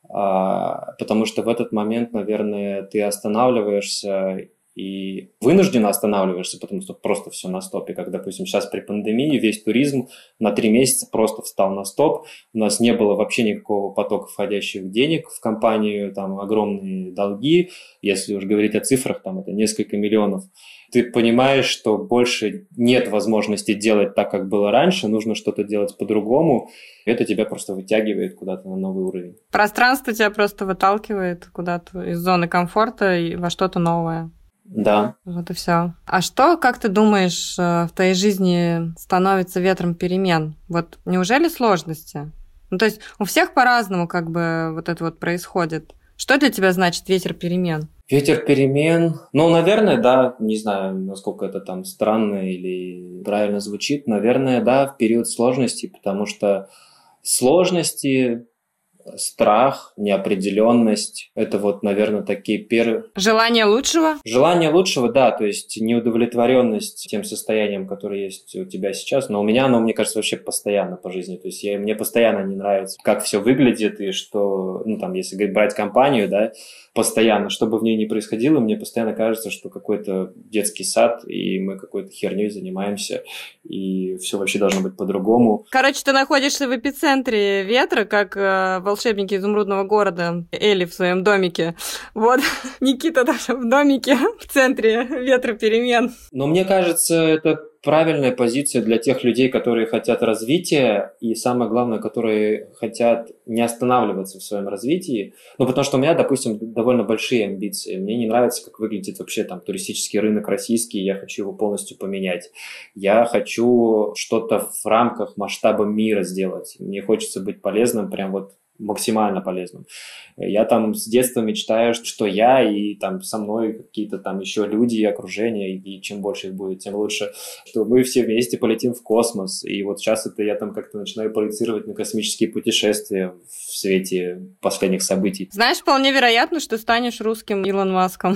потому что в этот момент, наверное, ты останавливаешься и вынужденно останавливаешься, потому что просто все на стопе. Как, допустим, сейчас при пандемии весь туризм на три месяца просто встал на стоп. У нас не было вообще никакого потока входящих денег в компанию, там огромные долги. Если уж говорить о цифрах, там это несколько миллионов. Ты понимаешь, что больше нет возможности делать так, как было раньше, нужно что-то делать по-другому. Это тебя просто вытягивает куда-то на новый уровень. Пространство тебя просто выталкивает куда-то из зоны комфорта и во что-то новое. Да. Вот и все. А что, как ты думаешь, в твоей жизни становится ветром перемен? Вот неужели сложности? Ну, то есть у всех по-разному как бы вот это вот происходит. Что для тебя значит ветер перемен? Ветер перемен, ну, наверное, да, не знаю, насколько это там странно или правильно звучит, наверное, да, в период сложности, потому что сложности, страх, неопределенность – это вот, наверное, такие первые… Желание лучшего? Желание лучшего, да, то есть неудовлетворенность тем состоянием, которое есть у тебя сейчас, но у меня оно, мне кажется, вообще постоянно по жизни, то есть я, мне постоянно не нравится, как все выглядит и что, ну, там, если брать компанию, да, постоянно, что бы в ней ни происходило, мне постоянно кажется, что какой-то детский сад, и мы какой-то херней занимаемся, и все вообще должно быть по-другому. Короче, ты находишься в эпицентре ветра, как э, волшебники изумрудного города Элли в своем домике. Вот, Никита даже в домике в центре ветра перемен. Но мне кажется, это правильная позиция для тех людей, которые хотят развития, и самое главное, которые хотят не останавливаться в своем развитии. Ну, потому что у меня, допустим, довольно большие амбиции. Мне не нравится, как выглядит вообще там туристический рынок российский, я хочу его полностью поменять. Я хочу что-то в рамках масштаба мира сделать. Мне хочется быть полезным, прям вот максимально полезным. Я там с детства мечтаю, что я и там со мной какие-то там еще люди, окружение, и чем больше их будет, тем лучше, что мы все вместе полетим в космос. И вот сейчас это я там как-то начинаю проецировать на космические путешествия в свете последних событий. Знаешь, вполне вероятно, что станешь русским Илон Маском.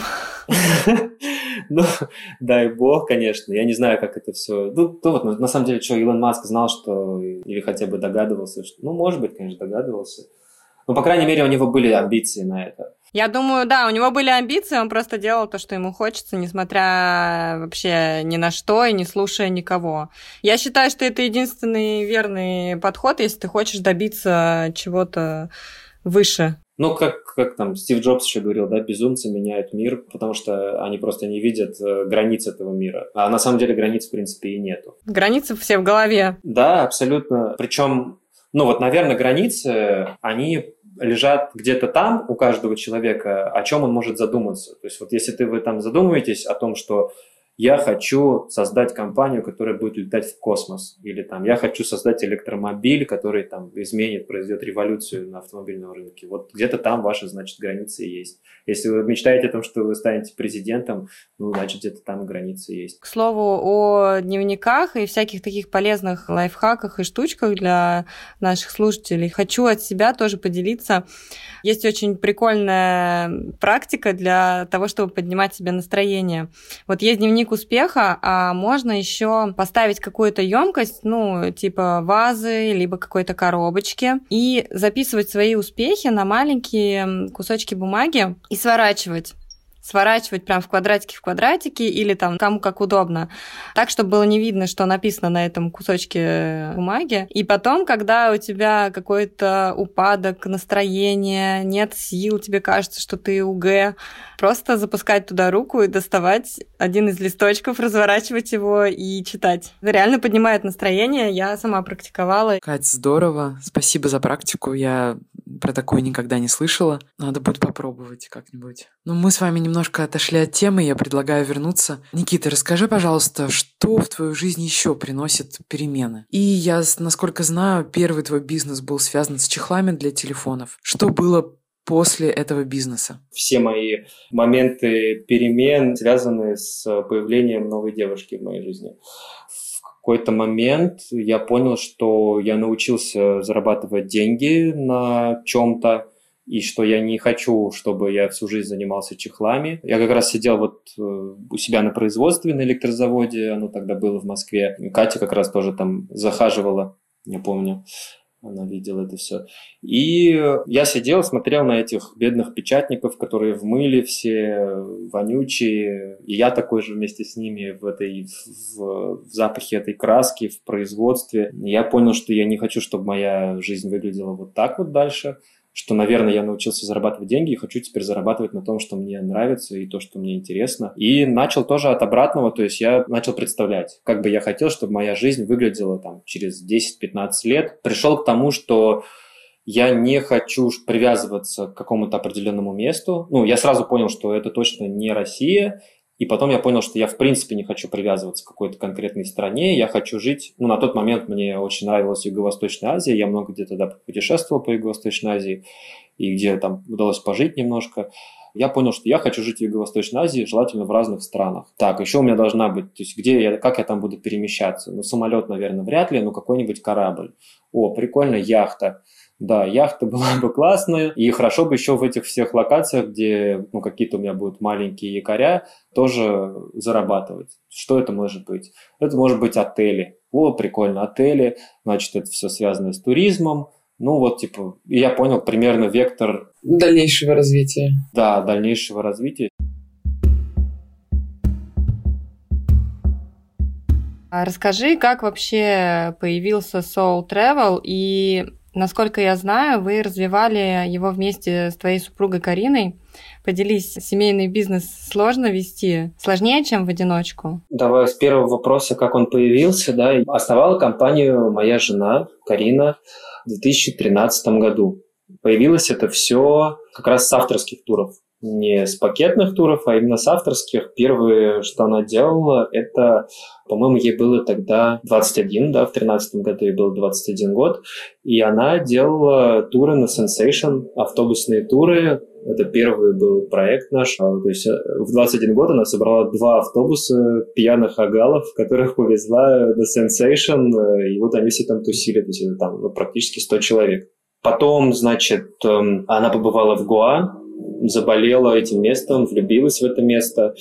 Ну, дай бог, конечно. Я не знаю, как это все... Ну, то вот, на самом деле, что Илон Маск знал, что... Или хотя бы догадывался, что... Ну, может быть, конечно, догадывался. Но, по крайней мере, у него были амбиции на это. Я думаю, да, у него были амбиции, он просто делал то, что ему хочется, несмотря вообще ни на что и не слушая никого. Я считаю, что это единственный верный подход, если ты хочешь добиться чего-то выше. Ну, как, как там Стив Джобс еще говорил, да, безумцы меняют мир, потому что они просто не видят границ этого мира. А на самом деле границ, в принципе, и нету. Границы все в голове. Да, абсолютно. Причем, ну вот, наверное, границы, они лежат где-то там у каждого человека, о чем он может задуматься. То есть вот если ты вы там задумываетесь о том, что я хочу создать компанию, которая будет летать в космос, или там я хочу создать электромобиль, который там изменит, произведет революцию на автомобильном рынке. Вот где-то там ваши, значит, границы есть. Если вы мечтаете о том, что вы станете президентом, ну, значит, где-то там границы есть. К слову, о дневниках и всяких таких полезных лайфхаках и штучках для наших слушателей хочу от себя тоже поделиться. Есть очень прикольная практика для того, чтобы поднимать себе настроение. Вот есть дневник успеха, а можно еще поставить какую-то емкость, ну, типа вазы, либо какой-то коробочки, и записывать свои успехи на маленькие кусочки бумаги и сворачивать. Сворачивать прям в квадратики в квадратики или там кому как удобно, так, чтобы было не видно, что написано на этом кусочке бумаги. И потом, когда у тебя какой-то упадок настроения, нет сил, тебе кажется, что ты УГ, просто запускать туда руку и доставать один из листочков, разворачивать его и читать. Это реально поднимает настроение, я сама практиковала. Кать, здорово, спасибо за практику, я про такое никогда не слышала. Надо будет попробовать как-нибудь. Ну, мы с вами немножко отошли от темы, я предлагаю вернуться. Никита, расскажи, пожалуйста, что в твою жизнь еще приносит перемены? И я, насколько знаю, первый твой бизнес был связан с чехлами для телефонов. Что было после этого бизнеса? Все мои моменты перемен связаны с появлением новой девушки в моей жизни. В какой-то момент я понял, что я научился зарабатывать деньги на чем-то, и что я не хочу, чтобы я всю жизнь занимался чехлами. Я как раз сидел вот у себя на производстве на электрозаводе, оно тогда было в Москве. Катя как раз тоже там захаживала, я помню. Она видела это все. И я сидел, смотрел на этих бедных печатников, которые в мыле все, вонючие. И я такой же вместе с ними в, этой, в, в запахе этой краски, в производстве. И я понял, что я не хочу, чтобы моя жизнь выглядела вот так вот дальше. Что, наверное, я научился зарабатывать деньги и хочу теперь зарабатывать на том, что мне нравится и то, что мне интересно. И начал тоже от обратного, то есть я начал представлять, как бы я хотел, чтобы моя жизнь выглядела там через десять-пятнадцать лет. Пришел к тому, что я не хочу привязываться к какому-то определенному месту. Ну, я сразу понял, что это точно не Россия. И потом я понял, что я в принципе не хочу привязываться к какой-то конкретной стране. Я хочу жить... Ну, на тот момент мне очень нравилась Юго-Восточная Азия. Я много где тогда путешествовал по Юго-Восточной Азии. И где там удалось пожить немножко. Я понял, что я хочу жить в Юго-Восточной Азии, желательно в разных странах. Так, еще у меня должна быть... То есть где я, как я там буду перемещаться? Ну, самолет, наверное, вряд ли, но какой-нибудь корабль. О, прикольно, яхта. Да, яхта была бы классная, и хорошо бы еще в этих всех локациях, где ну, какие-то у меня будут маленькие якоря, тоже зарабатывать. Что это может быть? Это может быть отели. О, прикольно, отели, значит, это все связано с туризмом. Ну вот, типа, я понял примерно вектор... Дальнейшего развития. Да, дальнейшего развития. Расскажи, как вообще появился Soul Travel и Насколько я знаю, вы развивали его вместе с твоей супругой Кариной. Поделись, семейный бизнес сложно вести? Сложнее, чем в одиночку? Давай с первого вопроса, как он появился. Да, основала компанию моя жена Карина в две тысячи тринадцатом году. Появилось это все как раз с авторских туров. Не с пакетных туров, а именно с авторских. Первое, что она делала, это, по-моему, ей было тогда двадцать один, да, в тринадцатом году ей было двадцать один год, и она делала туры на Sensation, автобусные туры. Это первый был проект наш. То есть в двадцать один год она собрала два автобуса пьяных агалов, которых повезла на Sensation, и вот они все там тусили, то есть это там ну, практически сто человек. Потом, значит, она побывала в Гоа, заболела этим местом, влюбилась в это место,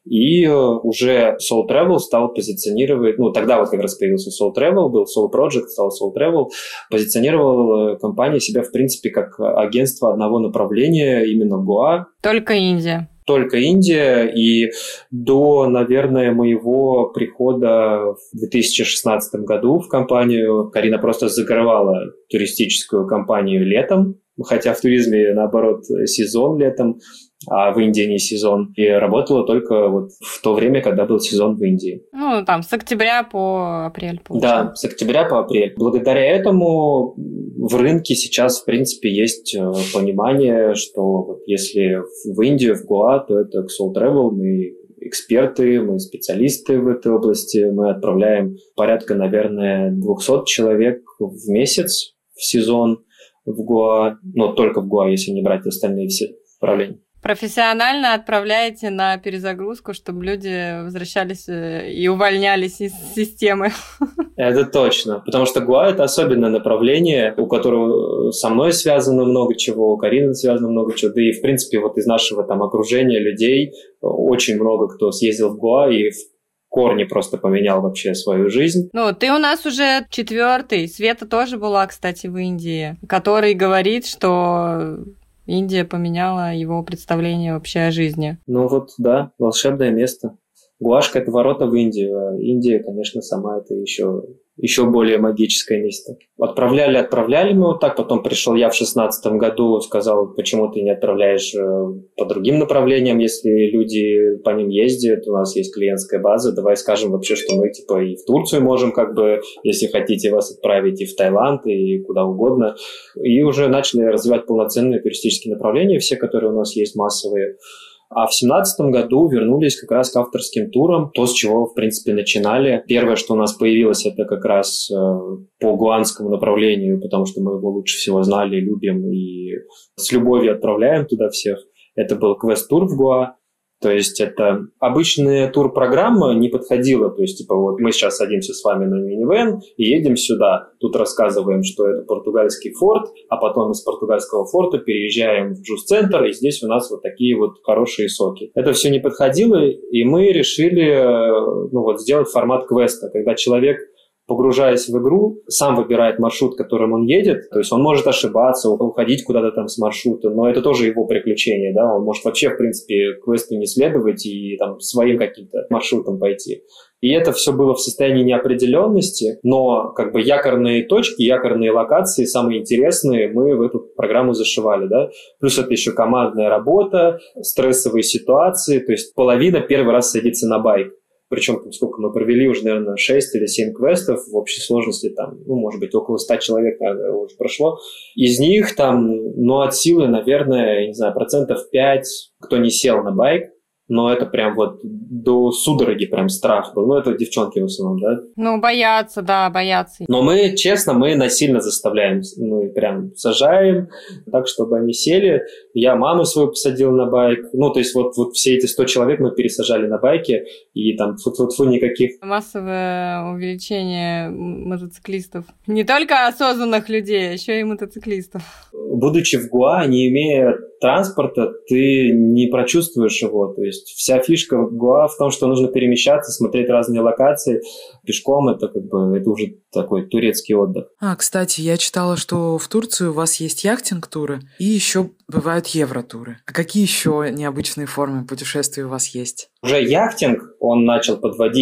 и уже Soul Travel стал позиционировать, ну, тогда вот как раз появился Soul Travel, был Soul Project, стал Soul Travel, позиционировал компания себя, в принципе, как агентство одного направления, именно Гоа. Только Индия. Только Индия, и до, наверное, моего прихода в две тысячи шестнадцатом году в компанию Карина просто закрывала туристическую компанию летом, хотя в туризме, наоборот, сезон летом, а в Индии не сезон. И работала только вот в то время, когда был сезон в Индии. Ну, там, с октября по апрель, получается. Да, с октября по апрель. Благодаря этому в рынке сейчас, в принципе, есть понимание, что вот если в Индию, в Гоа, то это к Soul Travel, мы эксперты, мы специалисты в этой области, мы отправляем порядка, наверное, двести человек в месяц в сезон в Гоа, но только в Гоа, если не брать остальные все направления. Профессионально отправляете на перезагрузку, чтобы люди возвращались и увольнялись из системы. Это точно, потому что Гоа – это особенное направление, у которого со мной связано много чего, у Карины связано много чего, да и, в принципе, вот из нашего там окружения людей очень много кто съездил в Гоа и в корне просто поменял вообще свою жизнь. Ну, ты у нас уже четвертый. Света тоже была, кстати, в Индии, который говорит, что Индия поменяла его представление вообще о жизни. Ну вот, да, волшебное место. Гуашка – это ворота в Индию, а Индия, конечно, сама это еще, еще более магическое место. Отправляли, отправляли мы вот так, потом пришел я в шестнадцатом году, сказал, почему ты не отправляешь по другим направлениям, если люди по ним ездят, у нас есть клиентская база, давай скажем вообще, что мы типа и в Турцию можем, как бы, если хотите вас отправить, и в Таиланд, и куда угодно. И уже начали развивать полноценные туристические направления, все, которые у нас есть массовые. А в семнадцатом году вернулись как раз к авторским турам, то, с чего, в принципе, начинали. Первое, что у нас появилось, это как раз э, по гуанскому направлению, потому что мы его лучше всего знали, любим и с любовью отправляем туда всех. Это был квест-тур в Гоа. То есть это обычная тур-программа не подходила. То есть, типа, вот мы сейчас садимся с вами на минивэн и едем сюда. Тут рассказываем, что это португальский форт, а потом из португальского форта переезжаем в Джуз-центр, и здесь у нас вот такие вот хорошие соки. Это все не подходило, и мы решили ну, вот, сделать формат квеста, когда человек, погружаясь в игру, сам выбирает маршрут, которым он едет. То есть он может ошибаться, уходить куда-то там с маршрута, но это тоже его приключение, да. Он может вообще, в принципе, квесту не следовать и там своим каким-то маршрутом пойти. И это все было в состоянии неопределенности, но как бы якорные точки, якорные локации, самые интересные, мы в эту программу зашивали, да. Плюс это еще командная работа, стрессовые ситуации, то есть половина первый раз садится на байк. Причем, сколько мы провели, уже, наверное, шесть или семь квестов, в общей сложности там, ну, может быть, около ста человек, наверное, уже прошло. Из них там, ну, от силы, наверное, я не знаю, процентов пять, кто не сел на байк, но это прям вот до судороги прям страх был. Ну, это девчонки в основном, да? Ну, боятся, да, боятся. Но мы, честно, мы насильно заставляем, мы прям сажаем так, чтобы они сели. Я маму свою посадил на байк. Ну, то есть вот, вот все эти сто человек мы пересажали на байки, и там фу-фу-фу никаких... Массовое увеличение мотоциклистов. Не только осознанных людей, а еще и мотоциклистов. Будучи в Гоа, не имея транспорта, ты не прочувствуешь его. То есть вся фишка Гоа в том, что нужно перемещаться, смотреть разные локации. Пешком это как бы это уже такой турецкий отдых. А, кстати, я читала, что в Турции у вас есть яхтинг-туры и еще бывают евротуры. А какие еще необычные формы путешествий у вас есть? Уже яхтинг, он начал подводить к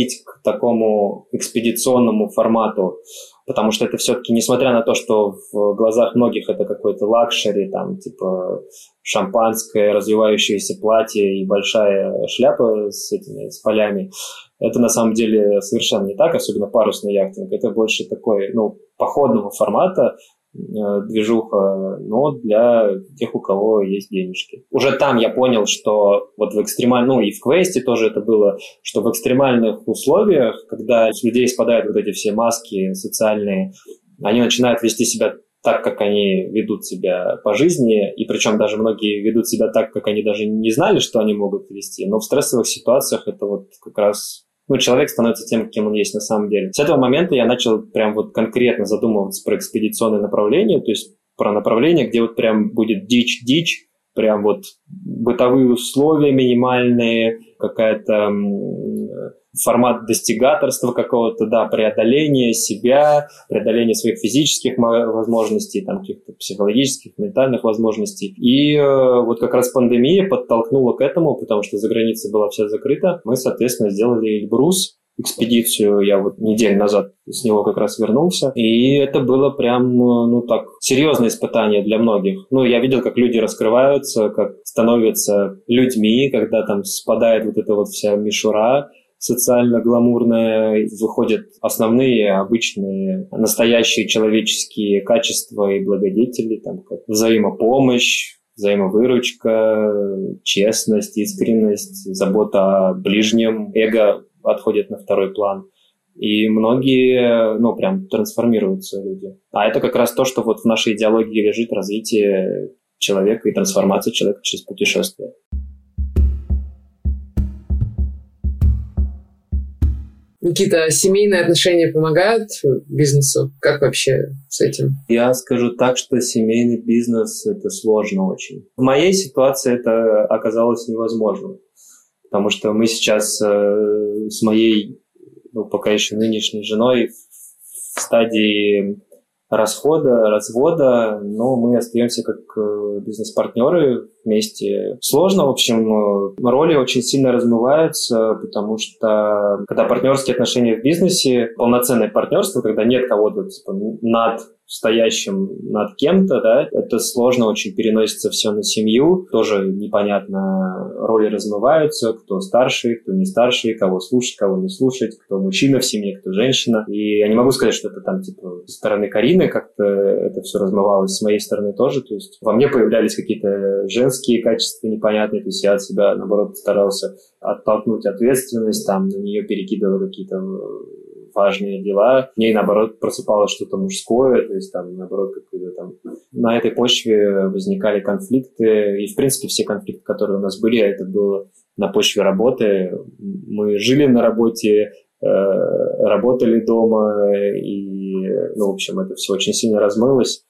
такому экспедиционному формату, потому что это все-таки, несмотря на то, что в глазах многих это какой-то лакшери, там, типа шампанское, развивающееся платье и большая шляпа с этими, с полями, это на самом деле совершенно не так, особенно парусный яхтинг. Это больше такой, ну, походного формата, движуха, но для тех, у кого есть денежки. Уже там я понял, что вот в экстремальном, ну и в квесте тоже это было, что в экстремальных условиях, когда с людей спадают вот эти все маски социальные, они начинают вести себя так, как они ведут себя по жизни, и причем даже многие ведут себя так, как они даже не знали, что они могут вести, но в стрессовых ситуациях это вот как раз... Ну, человек становится тем, кем он есть на самом деле. С этого момента я начал прям вот конкретно задумываться про экспедиционное направление, то есть про направление, где вот прям будет дичь-дичь, прям вот бытовые условия минимальные, какая-то формат достигаторства какого-то, да, преодоления себя, преодоления своих физических возможностей, там, каких-то психологических, ментальных возможностей. И э, вот как раз пандемия подтолкнула к этому, потому что за границей была вся закрыта. Мы, соответственно, сделали Эльбрус, экспедицию. Я вот неделю назад с него как раз вернулся. И это было прям, ну так, серьезное испытание для многих. Ну, я видел, как люди раскрываются, как становятся людьми, когда там спадает вот эта вот вся мишура социально-гламурная, выходят основные, обычные, настоящие человеческие качества и благодетели, там, как взаимопомощь, взаимовыручка, честность, искренность, забота о ближнем, эго отходит на второй план. И многие, ну, прям трансформируются люди. А это как раз то, что вот в нашей идеологии лежит развитие человека и трансформация человека через путешествие. Никита, семейные отношения помогают бизнесу? Как вообще с этим? Я скажу так, что семейный бизнес – это сложно очень. В моей ситуации это оказалось невозможно, потому что мы сейчас э, с моей, ну, пока еще нынешней женой в стадии расхода, развода, но мы остаемся как бизнес-партнеры вместе. Сложно, в общем, роли очень сильно размываются, потому что когда партнерские отношения в бизнесе, полноценное партнерство, когда нет кого-то типа, над стоящим над кем-то, да, это сложно очень переносится все на семью, тоже непонятно, роли размываются, кто старший, кто не старший, кого слушать, кого не слушать, кто мужчина в семье, кто женщина. И я не могу сказать, что это там типа со стороны Карины как-то это все размывалось, с моей стороны тоже, то есть во мне появлялись какие-то женские качества непонятные, то есть я от себя, наоборот, старался оттолкнуть ответственность, там на нее перекидывал какие-то важные дела, в ней, наоборот, просыпалось что-то мужское, то есть, там, наоборот, какое-то там... На этой почве возникали конфликты, и, в принципе, все конфликты, которые у нас были, это было на почве работы. Мы жили на работе, э, работали дома, и, ну, в общем, это все очень сильно размылось,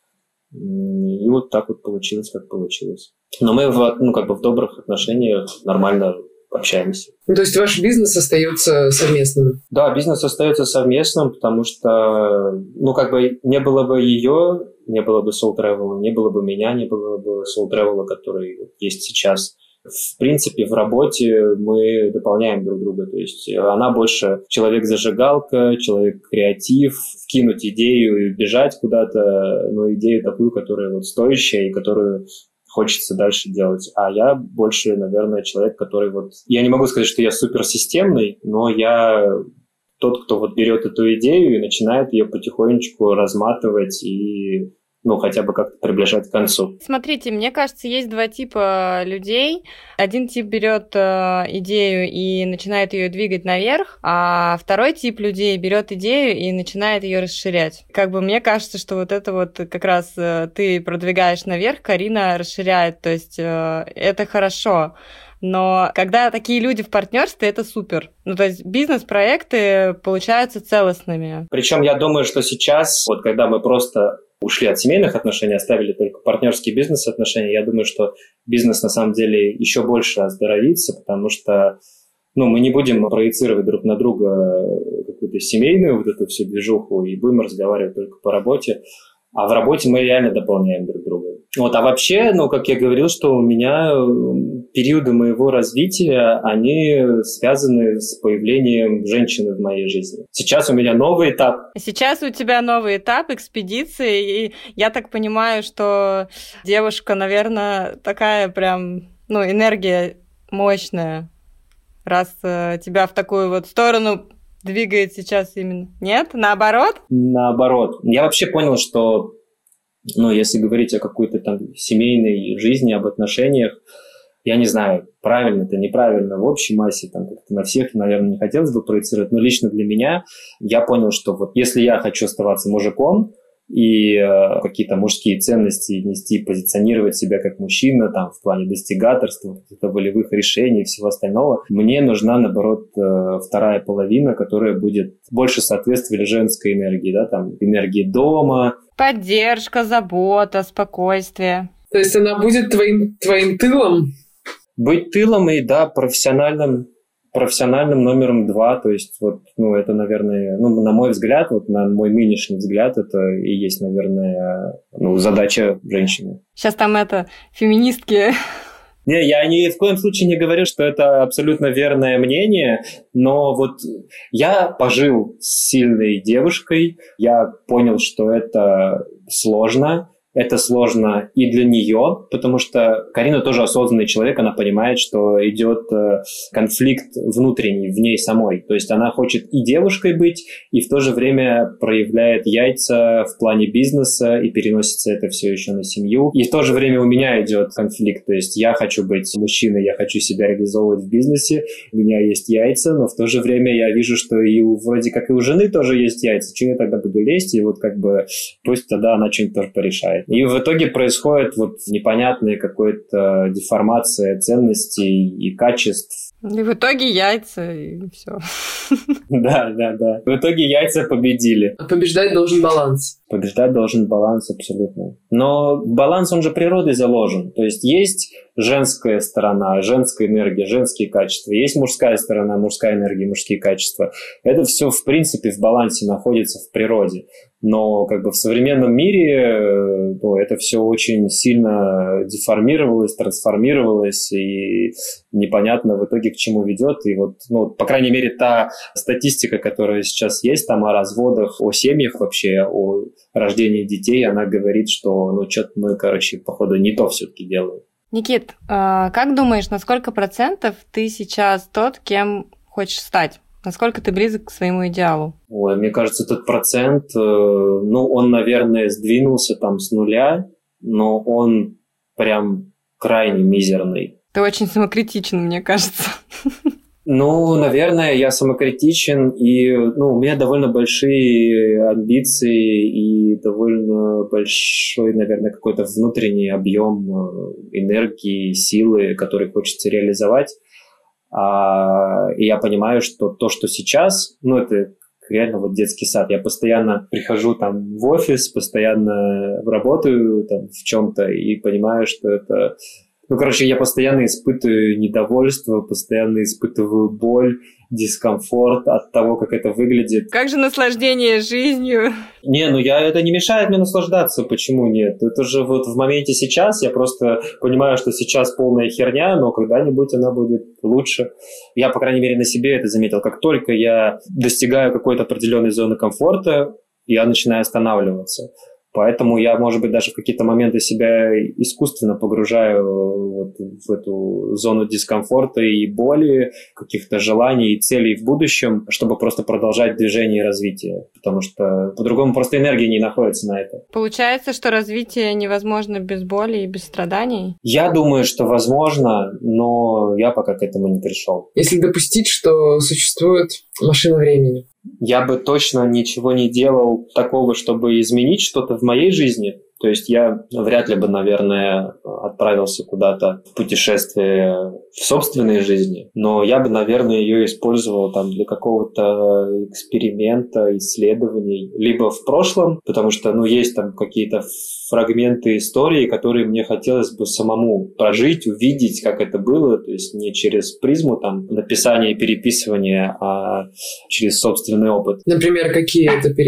и вот так вот получилось, как получилось. Но мы, в, ну, как бы в добрых отношениях нормально общаемся. Ну, то есть ваш бизнес остается совместным? Да, бизнес остается совместным, потому что, ну, как бы не было бы ее, не было бы Soul Travel, не было бы меня, не было бы Soul Travel, который есть сейчас. В принципе, в работе мы дополняем друг друга, то есть она больше человек-зажигалка, человек-креатив, вкинуть идею и бежать куда-то, но идею такую, которая вот стоящая и которую хочется дальше делать. А я больше, наверное, человек, который вот... Я не могу сказать, что я суперсистемный, но я тот, кто вот берет эту идею и начинает ее потихонечку разматывать и, ну, хотя бы как-то приближать к концу. Смотрите, мне кажется, есть два типа людей. Один тип берет э, идею и начинает ее двигать наверх, а второй тип людей берет идею и начинает ее расширять. Как бы мне кажется, что вот это вот как раз э, ты продвигаешь наверх, Карина расширяет, то есть э, это хорошо. Но когда такие люди в партнерстве, это супер. Ну, то есть бизнес-проекты получаются целостными. Причем я думаю, что сейчас, вот когда мы просто ушли от семейных отношений, оставили только партнерские бизнес-отношения, я думаю, что бизнес на самом деле еще больше оздоровится, потому что, ну, мы не будем проецировать друг на друга какую-то семейную вот эту всю движуху и будем разговаривать только по работе. А в работе мы реально дополняем друг друга. Вот, а вообще, ну, как я говорил, что у меня периоды моего развития, они связаны с появлением женщины в моей жизни. Сейчас у меня новый этап. Сейчас у тебя новый этап экспедиции, и я так понимаю, что девушка, наверное, такая прям, ну, энергия мощная, раз тебя в такую вот сторону двигает сейчас именно. Нет? Наоборот? Наоборот. Я вообще понял, что ну, если говорить о какой-то там семейной жизни, об отношениях, я не знаю, правильно это, неправильно, в общей массе, там, как-то на всех, наверное, не хотелось бы проецировать, но лично для меня я понял, что вот если я хочу оставаться мужиком и э, какие-то мужские ценности нести, позиционировать себя как мужчина, там, в плане достигаторства, каких-то волевых решений и всего остального, мне нужна, наоборот, э, вторая половина, которая будет больше соответствовать женской энергии, да, там, энергии дома. Поддержка, забота, спокойствие. То есть она будет твоим, твоим тылом? Быть тылом и, да, профессиональным, профессиональным номером два. То есть, вот, ну, это, наверное, ну, на мой взгляд, вот на мой нынешний взгляд, это и есть, наверное, ну, задача женщины. Сейчас там это, феминистки... Не, я ни в коем случае не говорю, что это абсолютно верное мнение, но вот я пожил с сильной девушкой, я понял, что это сложно. Это сложно и для нее, потому что Карина тоже осознанный человек, она понимает, что идет конфликт внутренний в ней самой. То есть она хочет и девушкой быть, и в то же время проявляет яйца в плане бизнеса, и переносится это все еще на семью. И в то же время у меня идет конфликт. То есть я хочу быть мужчиной, я хочу себя реализовывать в бизнесе, у меня есть яйца, но в то же время я вижу, что и у, вроде как и у жены тоже есть яйца. Чего я тогда буду лезть? И вот как бы пусть тогда она что-нибудь тоже порешает. И в итоге происходит вот непонятная какая-то деформация ценностей и качеств. И в итоге яйца, и все. Да, да, да. В итоге яйца победили. А побеждать должен баланс. Побеждать должен баланс, абсолютно. Но баланс, он же природой заложен. То есть есть женская сторона, женская энергия, женские качества. Есть мужская сторона, мужская энергия, мужские качества. Это все, в принципе, в балансе находится в природе. Но как бы в современном мире ну, это все очень сильно деформировалось, трансформировалось, и непонятно в итоге к чему ведет. И вот, ну, по крайней мере, та статистика, которая сейчас есть там о разводах, о семьях вообще, о рождении детей, она говорит, что ну что-то мы, короче, походу не то все-таки делаем. Никит, как думаешь, на сколько процентов ты сейчас тот, кем хочешь стать? Насколько ты близок к своему идеалу? Ой, мне кажется, этот процент, ну, он, наверное, сдвинулся там с нуля, но он прям крайне мизерный. Ты очень самокритичен, мне кажется. Ну, наверное, я самокритичен, и ну, у меня довольно большие амбиции и довольно большой, наверное, какой-то внутренний объем энергии, силы, который хочется реализовать. А, и я понимаю, что то, что сейчас, ну, это реально вот детский сад. Я постоянно прихожу там в офис, постоянно работаю там в чем-то и понимаю, что это... Ну, короче, я постоянно испытываю недовольство, постоянно испытываю боль, дискомфорт от того, как это выглядит. Как же наслаждение жизнью? Не, ну я, это не мешает мне наслаждаться, почему нет? Это же вот в моменте сейчас, я просто понимаю, что сейчас полная херня, но когда-нибудь она будет лучше. Я, по крайней мере, на себе это заметил. Как только я достигаю какой-то определенной зоны комфорта, я начинаю останавливаться. Поэтому я, может быть, даже в какие-то моменты себя искусственно погружаю вот в эту зону дискомфорта и боли, каких-то желаний и целей в будущем, чтобы просто продолжать движение и развитие. Потому что по-другому просто энергии не находится на это. Получается, что развитие невозможно без боли и без страданий? Я думаю, что возможно, но я пока к этому не пришел. Если допустить, что существует машина времени. Я бы точно ничего не делал такого, чтобы изменить что-то в моей жизни. То есть я вряд ли бы, наверное, отправился куда-то в путешествие в собственной жизни, но я бы, наверное, ее использовал там для какого-то эксперимента, исследований, либо в прошлом, потому что, ну, есть там какие-то фрагменты истории, которые мне хотелось бы самому прожить, увидеть, как это было, то есть не через призму там написания и переписывания, а через собственный опыт. Например, какие это периоды?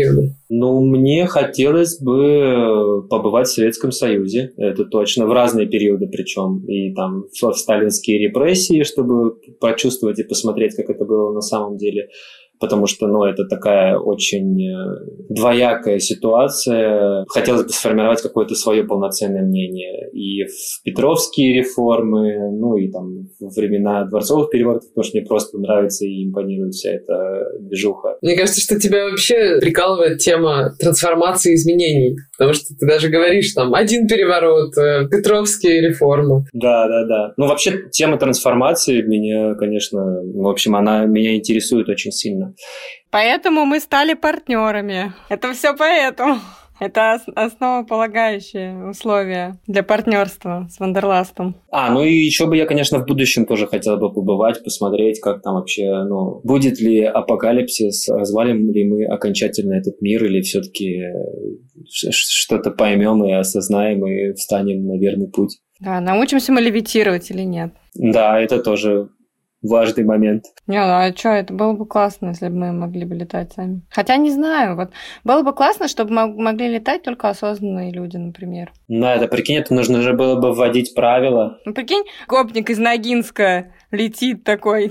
Ну, мне хотелось бы побывать в Советском Союзе, это точно, в разные периоды причем, и там в сталинские репрессии, чтобы почувствовать и посмотреть, как это было на самом деле. Потому что, ну, это такая очень двоякая ситуация. Хотелось бы сформировать какое-то свое полноценное мнение. И в петровские реформы, ну, и там во времена дворцовых переворотов, потому что мне просто нравится и импонирует вся эта движуха. Мне кажется, что тебя вообще прикалывает тема трансформации и изменений. Потому что ты даже говоришь, там, один переворот, петровские реформы. Да, да, да. Ну, вообще, тема трансформации меня, конечно, в общем, она меня интересует очень сильно. Поэтому мы стали партнерами. Это все поэтому. Это основополагающее условие для партнерства с Вандерластом. А, ну и еще бы я, конечно, в будущем тоже хотел бы побывать, посмотреть, как там вообще, ну, будет ли апокалипсис, развалим ли мы окончательно этот мир, или все-таки что-то поймем и осознаем, и встанем на верный путь. Да, научимся мы левитировать или нет. Да, это тоже важный момент. Не, ну а что, это было бы классно, если бы мы могли бы летать сами. Хотя не знаю, вот было бы классно, чтобы могли летать только осознанные люди, например. Ну, это, прикинь, это нужно же было бы вводить правила. Ну, прикинь, гопник из Ногинска летит такой.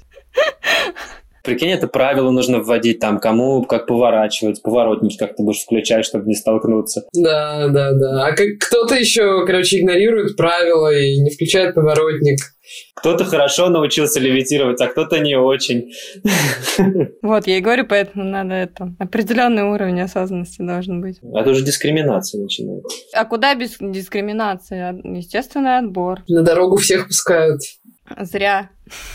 Прикинь, это правило нужно вводить, там, кому как поворачивать, поворотники как ты будешь включать, чтобы не столкнуться. Да, да, да. А как кто-то еще, короче, игнорирует правила и не включает поворотник. Кто-то хорошо научился левитировать, а кто-то не очень. Вот, я и говорю, поэтому надо это... Определенный уровень осознанности должен быть. Это уже дискриминация начинается. А куда без дискриминации? Естественный отбор. На дорогу всех пускают. Зря.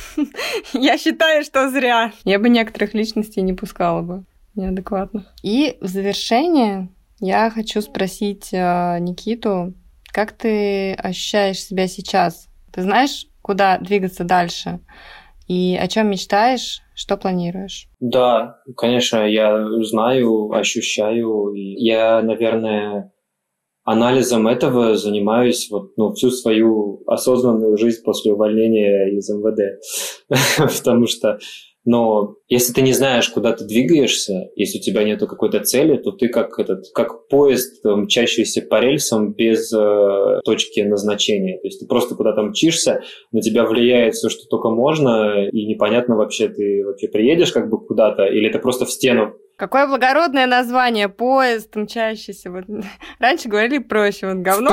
Я считаю, что зря. Я бы некоторых личностей не пускала бы неадекватно. И в завершение я хочу спросить э, Никиту, как ты ощущаешь себя сейчас? Ты знаешь, куда двигаться дальше? И о чем мечтаешь? Что планируешь? Да, конечно, я знаю, ощущаю. Я, наверное, анализом этого занимаюсь вот, ну, всю свою осознанную жизнь после увольнения из эм вэ дэ. Потому что, ну, если ты не знаешь, куда ты двигаешься, если у тебя нету какой-то цели, то ты как, этот, как поезд, мчащийся по рельсам без э, точки назначения. То есть ты просто куда-то мчишься, на тебя влияет все, что только можно, и непонятно вообще, ты вообще приедешь как бы куда-то, или ты просто в стену. Какое благородное название, поезд мчащийся. Вот. Раньше говорили проще, вот говно.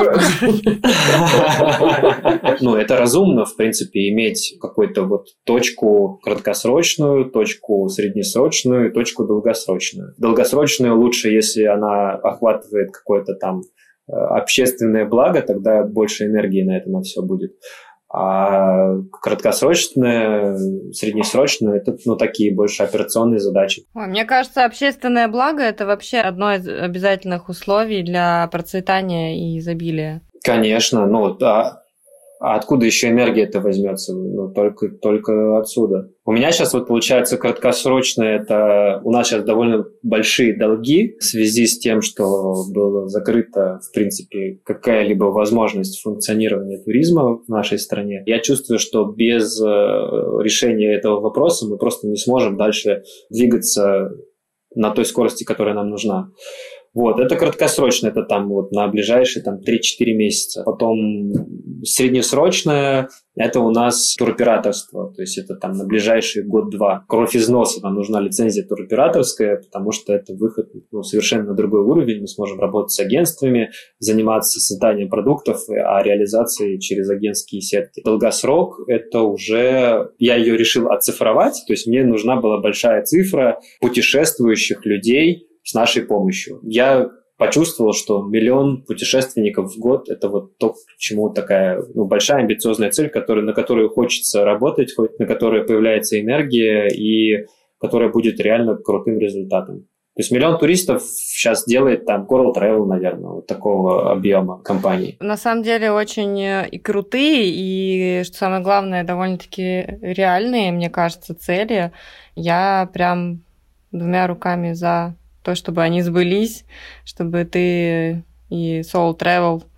Ну, это разумно, в принципе, иметь какую-то вот точку краткосрочную, точку среднесрочную и точку долгосрочную. Долгосрочную лучше, если она охватывает какое-то там общественное благо, тогда больше энергии на это на все будет. А краткосрочное, среднесрочное – это, ну, такие больше операционные задачи. Ой, мне кажется, общественное благо – это вообще одно из обязательных условий для процветания и изобилия. Конечно, ну, а, а откуда еще энергия-то возьмется? Ну, только, только отсюда. У меня сейчас вот получается краткосрочное, это у нас сейчас довольно большие долги в связи с тем, что было закрыто, в принципе, какая-либо возможность функционирования туризма в нашей стране. Я чувствую, что без решения этого вопроса мы просто не сможем дальше двигаться на той скорости, которая нам нужна. Вот, это краткосрочно, это там вот на ближайшие там три-четыре месяца. Потом среднесрочное, это у нас туроператорство, то есть это там на ближайший год-два. Кровь из носа, нам нужна лицензия туроператорская, потому что это выход, ну, совершенно на другой уровень. Мы сможем работать с агентствами, заниматься созданием продуктов, а реализацией через агентские сетки. Долгосрок, это уже, я ее решил оцифровать, то есть мне нужна была большая цифра путешествующих людей с нашей помощью. Я почувствовал, что миллион путешественников в год – это вот то, к чему такая, ну, большая амбициозная цель, который, на которую хочется работать, на которой появляется энергия и которая будет реально крутым результатом. То есть миллион туристов сейчас делает там Coral Travel, наверное, вот такого объема компаний. На самом деле очень и крутые, и, что самое главное, довольно-таки реальные, мне кажется, цели. Я прям двумя руками за то, чтобы они сбылись, чтобы ты и Soul Travel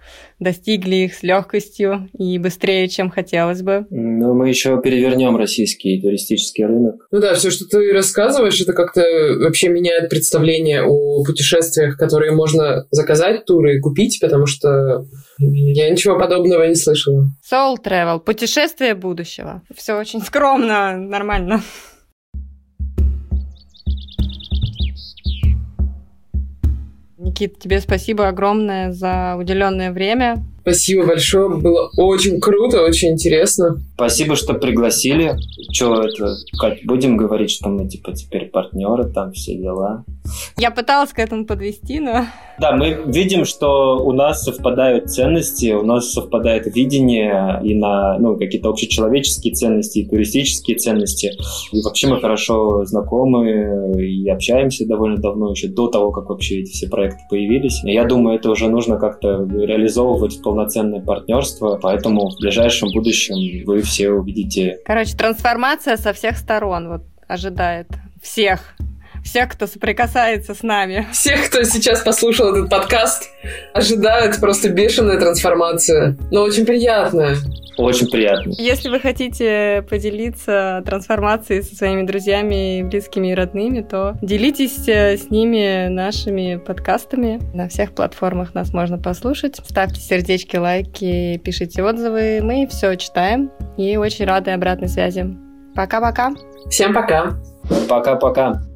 достигли их с легкостью и быстрее, чем хотелось бы. Но мы еще перевернем российский туристический рынок. Ну да, все, что ты рассказываешь, это как-то вообще меняет представление о путешествиях, которые можно заказать, туры и купить, потому что я ничего подобного не слышала. Soul Travel. Путешествие будущего. Все очень скромно, нормально. Никита, тебе спасибо огромное за уделенное время. Спасибо большое, было очень круто, очень интересно. Спасибо, что пригласили. Че это, Кать, будем говорить, что мы типа теперь партнеры, там все дела. Я пыталась к этому подвести, но... Да, мы видим, что у нас совпадают ценности, у нас совпадает видение и на ну, какие-то общечеловеческие ценности, и туристические ценности. И вообще мы хорошо знакомы и общаемся довольно давно, еще до того, как вообще эти все проекты появились. И я думаю, это уже нужно как-то реализовывать в полноценное партнерство, поэтому в ближайшем будущем вы все увидите. Короче, трансформация со всех сторон вот ожидает всех. Всех, кто соприкасается с нами. Всех, кто сейчас послушал этот подкаст, ожидает просто бешеная трансформация. Но очень приятная. Очень приятно. Если вы хотите поделиться трансформацией со своими друзьями, близкими и родными, то делитесь с ними нашими подкастами. На всех платформах нас можно послушать. Ставьте сердечки, лайки, пишите отзывы. Мы все читаем и очень рады обратной связи. Пока-пока. Всем пока. Пока-пока.